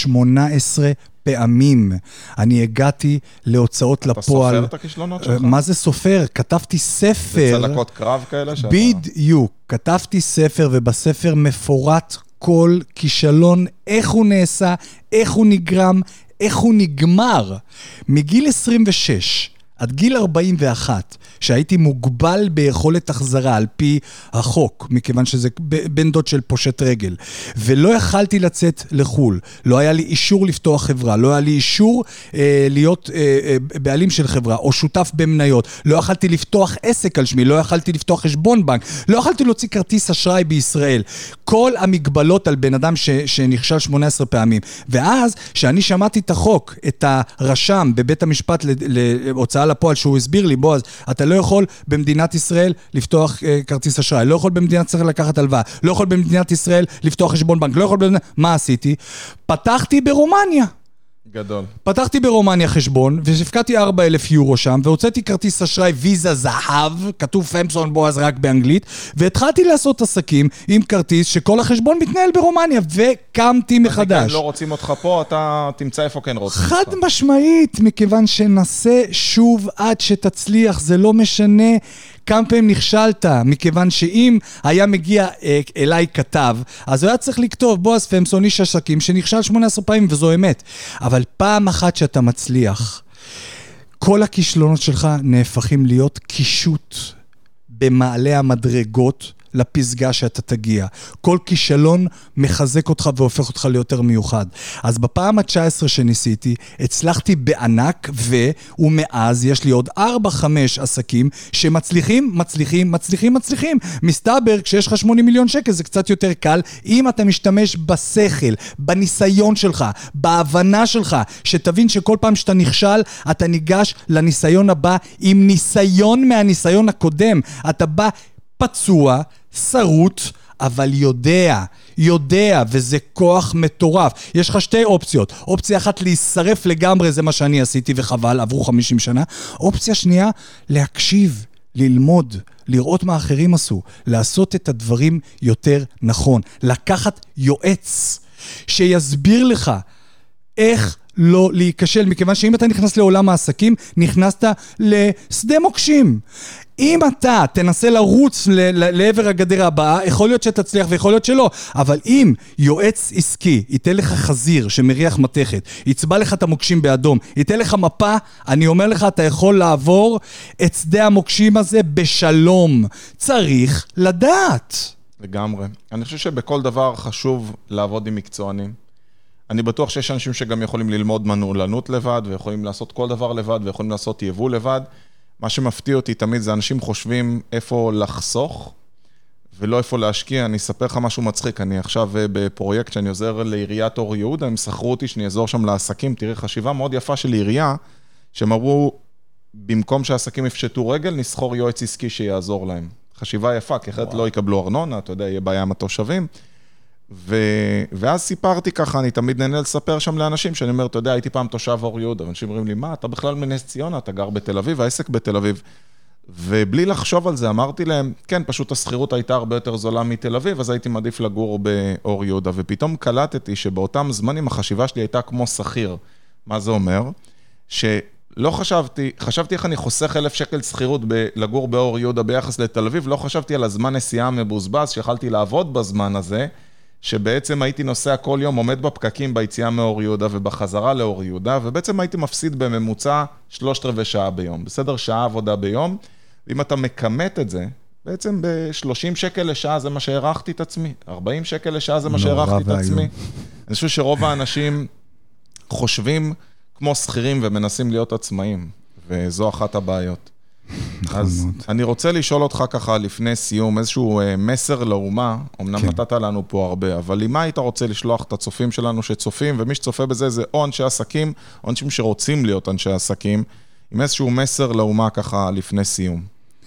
18 פעמים. אני הגעתי להוצאות לפועל. אתה סופר את הכישלונות שלך? מה זה סופר? כתבתי ספר. זה צלקות קרב כאלה? בדיוק. כתבתי ספר, ובספר מפורט כל כישלון, איך הוא נעשה, איך הוא נגרם, איך הוא נגמר. מגיל 26 עד גיל 41, שהייתי מוגבל ביכולת החזרה על פי החוק, מכיוון שזה בן דוד של פושט רגל, ולא יכלתי לצאת לחול, לא היה לי אישור לפתוח חברה, לא היה לי אישור להיות בעלים של חברה, או שותף במניות, לא יכלתי לפתוח עסק על שמי, לא יכלתי לפתוח חשבון בנק, לא יכלתי להוציא כרטיס אשראי בישראל. כל המגבלות על בן אדם שנכשל 18 פעמים. ואז, שאני שמעתי את החוק, את הרשם בבית המשפט להוצאה לפועל, שהוא הסביר לי, בועז, אתה לא יכול במדינת ישראל לפתוח כרטיס אשראי, לא יכול במדינת ישראל לקחת הלוואה, לא יכול במדינת ישראל לפתוח חשבון בנק, לא יכול מה עשיתי? פתחתי ברומניה. גדול. פתחתי ברומניה חשבון, והפקדתי 4,000 יורו שם, והוצאתי כרטיס אשראי ויזה זהב, כתוב פמסון בועז רק באנגלית, והתחלתי לעשות עסקים עם כרטיס שכל החשבון מתנהל ברומניה, וקמתי מחדש. כן, לא רוצים אותך פה, אתה תמצא איפה כן רוצים אותך. חד משמעית, מכיוון שנסה שוב עד שתצליח, זה לא משנה כמה פעמים נכשלת, מכיוון שאם היה מגיע אליי כתב, אז הוא היה צריך לכתוב, בועז פמסון איש עסקים שנכשל 18 פעמים, וזו אמת. אבל פעם אחת שאתה מצליח, כל הכישלונות שלך נהפכים להיות קישוט במעלה המדרגות לפסגה שאתה תגיע. כל כישלון מחזק אותך והופך אותך ליותר מיוחד. אז בפעם ה-19 שניסיתי, הצלחתי בענק, ומאז יש לי עוד 4-5 עסקים שמצליחים. מסתבר, כשיש לך 80 מיליון שקל, זה קצת יותר קל, אם אתה משתמש בשכל, בניסיון שלך, בהבנה שלך, שתבין שכל פעם שאתה נכשל, אתה ניגש לניסיון הבא עם ניסיון מהניסיון הקודם. אתה בא פצוע, שרוט, אבל יודע, וזה כוח מטורף. יש לך 2 אופציות. אופציה אחת, להישרף לגמרי, זה מה שאני עשיתי וחבל, עברו 50 שנה. אופציה שנייה, להקשיב, ללמוד, לראות מה אחרים עשו, לעשות את הדברים יותר נכון, לקחת יועץ שיסביר לך איך לא להיכשל, מכיוון שאם אתה נכנס לעולם העסקים, נכנסת לשדה מוקשים. אם אתה תנסה לרוץ לעבר הגדר הבאה, יכול להיות שתצליח ויכול להיות שלא, אבל אם יועץ עסקי ייתן לך חזיר שמריח מתכת, יצבע לך את המוקשים באדום, ייתן לך מפה, אני אומר לך, אתה יכול לעבור את שדה המוקשים הזה בשלום. צריך לדעת. לגמרי. אני חושב שבכל דבר חשוב לעבוד עם מקצוענים. אני בטוח שיש אנשים שגם יכולים ללמוד מנהולנות לבד, ויכולים לעשות כל דבר לבד, ויכולים לעשות יבוא לבד. מה שמפתיע אותי תמיד זה אנשים חושבים איפה לחסוך, ולא איפה להשקיע. אני אספר לך משהו מצחיק, אני עכשיו בפרויקט שאני עוזר לעיריית אור יהודה, הם שכרו אותי שאני אעזור שם לעסקים, תראי חשיבה מאוד יפה של עירייה, שהם אמרו, במקום שהעסקים יפשטו רגל, נסחור יועץ עסקי שיעזור להם. חשיבה יפה, כי אחרת לא יקבלו ארנונה, אתה יודע, יהיה בעיה עם התושבים. ואז סיפרתי ככה, אני תמיד נהנה לספר שם לאנשים, שאני אומר, אתה יודע, הייתי פעם תושב אור יהודה, ואנשים אומרים לי, מה, אתה בכלל מנס ציונה, אתה גר בתל אביב, העסק בתל אביב. ובלי לחשוב על זה, אמרתי להם, כן, פשוט הסחירות הייתה הרבה יותר זולה מתל אביב, אז הייתי מעדיף לגור באור יהודה, ופתאום קלטתי שבאותם זמנים החשיבה שלי הייתה כמו שכיר. מה זה אומר? שלא חשבתי איך אני חוסך 1,000 שקל סחירות לגור באור יהודה ביחס לתל אביב, לא חשבתי על הזמן נסיעה מבוזבז, שיכלתי לעבוד בזמן הזה, שבעצם הייתי נוסע כל יום, עומד בפקקים ביציאה מאור יהודה ובחזרה לאור יהודה, ובעצם הייתי מפסיד בממוצע 3/4 שעה ביום. בסדר, שעה עבודה ביום, ואם אתה מקמת את זה, בעצם ב-30 שקל לשעה זה מה שהערכתי את עצמי, 40 שקל לשעה זה מה שהערכתי את עצמי. אני חושב שרוב האנשים חושבים כמו שכירים ומנסים להיות עצמאים, וזו אחת הבעיות. אז אני רוצה לשאול אותך ככה לפני סיום, איזשהו מסר לאומה, אמנם נתת לנו פה הרבה, אבל למה היית רוצה לשלוח את הצופים שלנו שצופים, ומי שצופה בזה זה או אנשי עסקים, או אנשים שרוצים להיות אנשי עסקים, עם איזשהו מסר לאומה ככה לפני סיום.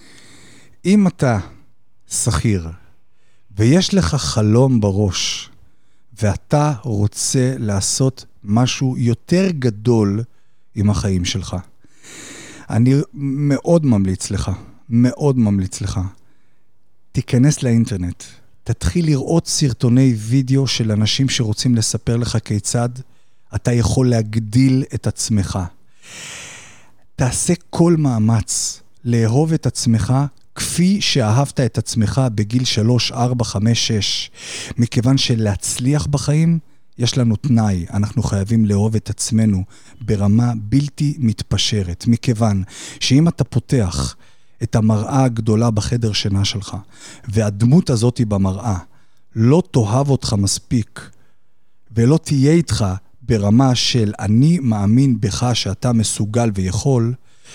אם אתה שכיר, ויש לך חלום בראש, ואתה רוצה לעשות משהו יותר גדול עם החיים שלך, אני מאוד ממליץ לך, תיכנס לאינטרנט, תתחיל לראות סרטוני וידאו של אנשים שרוצים לספר לך כיצד אתה יכול להגדיל את עצמך. תעשה כל מאמץ לאהוב את עצמך כפי שאהבת את עצמך בגיל 3, 4, 5, 6, מכיוון שלהצליח בחיים יש לנו תנאי, אנחנו חייבים לאהוב את עצמנו ברמה בלתי מתפשרת, מכיוון שאם אתה פותח את המראה הגדולה בחדר שינה שלך, והדמות הזאת במראה לא תאהב אותך מספיק, ולא תהיה איתך ברמה של אני מאמין בך שאתה מסוגל ויכול,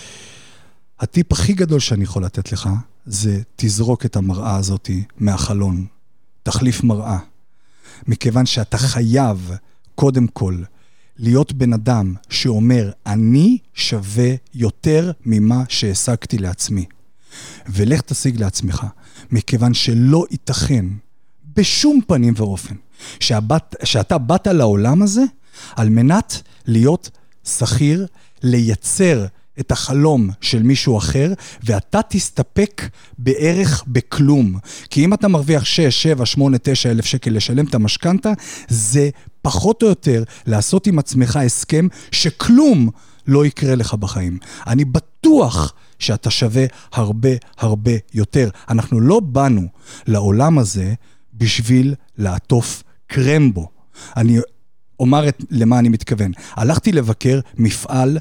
הטיפ הכי גדול שאני יכול לתת לך, זה תזרוק את המראה הזאת מהחלון, תחליף מראה. מכיוון שאתה חייב, קודם כל, להיות בן אדם שאומר, אני שווה יותר ממה שהשגתי לעצמי. ולך תשיג לעצמך, מכיוון שלא ייתכן, בשום פנים ואופן, שאתה באת לעולם הזה, על מנת להיות שכיר, לייצר את החלום של מישהו אחר, ואתה תסתפק בערך בכלום. כי אם אתה מרוויח 6, 7, 8, 9 אלף שקל לשלם את המשכנתה, זה פחות או יותר לעשות עם עצמך הסכם שכלום לא יקרה לך בחיים. אני בטוח שאתה שווה הרבה הרבה יותר. אנחנו לא באנו לעולם הזה בשביל לעטוף קרמבו. אני אומר למה אני מתכוון. הלכתי לבקר מפעל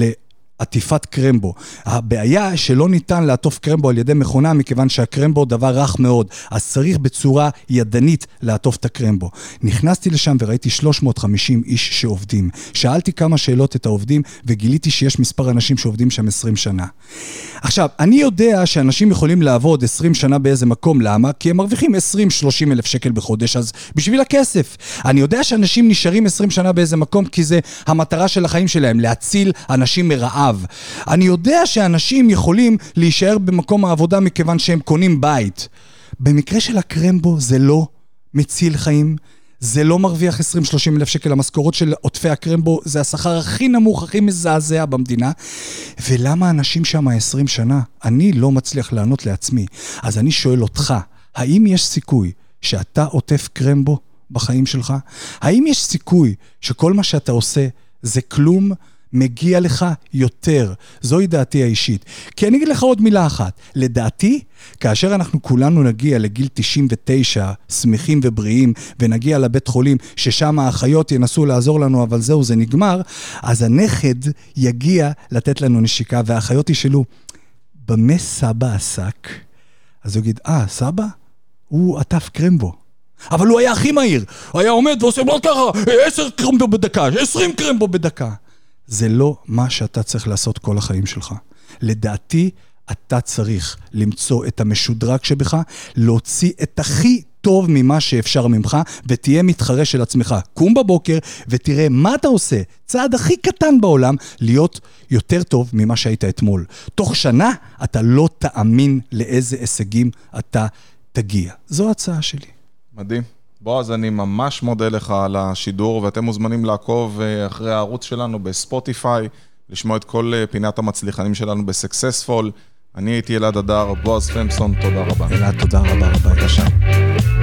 עטיפת קרמבו. הבעיה שלא ניתן לעטוף קרמבו על ידי מכונה, מכיוון שהקרמבו דבר רך מאוד, אז צריך בצורה ידנית לעטוף את הקרמבו. נכנסתי לשם וראיתי 350 איש שעובדים. שאלתי כמה שאלות את העובדים, וגיליתי שיש מספר אנשים שעובדים שם 20 שנה. עכשיו, אני יודע שאנשים יכולים לעבוד 20 שנה באיזה מקום, למה? כי הם מרוויחים 20-30 אלף שקל בחודש, אז בשביל הכסף. אני יודע שאנשים נשארים 20 שנה באיזה מקום, כי זה המטרה של החיים שלהם, להציל אנשים מרעב. אני יודע שאנשים יכולים להישאר במקום העבודה מכיוון שהם קונים בית. במקרה של הקרמבו זה לא מציל חיים, זה לא מרוויח 20-30 אלף שקל. המשכורות של עוטפי הקרמבו זה השכר הכי נמוך, הכי מזעזע במדינה. ולמה אנשים שם 20 שנה? אני לא מצליח לענות לעצמי. אז אני שואל אותך, האם יש סיכוי שאתה עוטף קרמבו בחיים שלך? האם יש סיכוי שכל מה שאתה עושה זה כלום? מגיע לך יותר. זוהי דעתי האישית. כי אני אגיד לך עוד מילה אחת. לדעתי, כאשר אנחנו כולנו נגיע לגיל 99, שמחים ובריאים, ונגיע לבית חולים, ששם האחיות ינסו לעזור לנו, אבל זהו, זה נגמר, אז הנכד יגיע לתת לנו נשיקה, והאחיות ישאלו, במה סבא עסק? אז הוא יגיד, סבא? הוא עטף קרמבו. אבל הוא היה הכי מהיר. הוא היה עומד ועושה, מה ככה? 10 קרמבו בדקה, 20 קרמבו בדקה. זה לא מה שאתה צריך לעשות כל החיים שלך. לדעתי, אתה צריך למצוא את המשודרג שבך, להוציא את הכי טוב ממה שאפשר ממך, ותהיה מתחרה של עצמך. קום בבוקר ותראה מה אתה עושה, צעד הכי קטן בעולם, להיות יותר טוב ממה שהיית אתמול. תוך שנה אתה לא תאמין לאיזה הישגים אתה תגיע. זו ההצעה שלי. מדהים. בועז, אני ממש מודה לך על השידור, ואתם מוזמנים לעקוב אחרי הערוץ שלנו בספוטיפיי, לשמוע את כל פינת המצליחנים שלנו בסקסספול. אני הייתי אלעד אדר, בועז פמפסון, תודה רבה. אלעד, תודה רבה. בבקשה.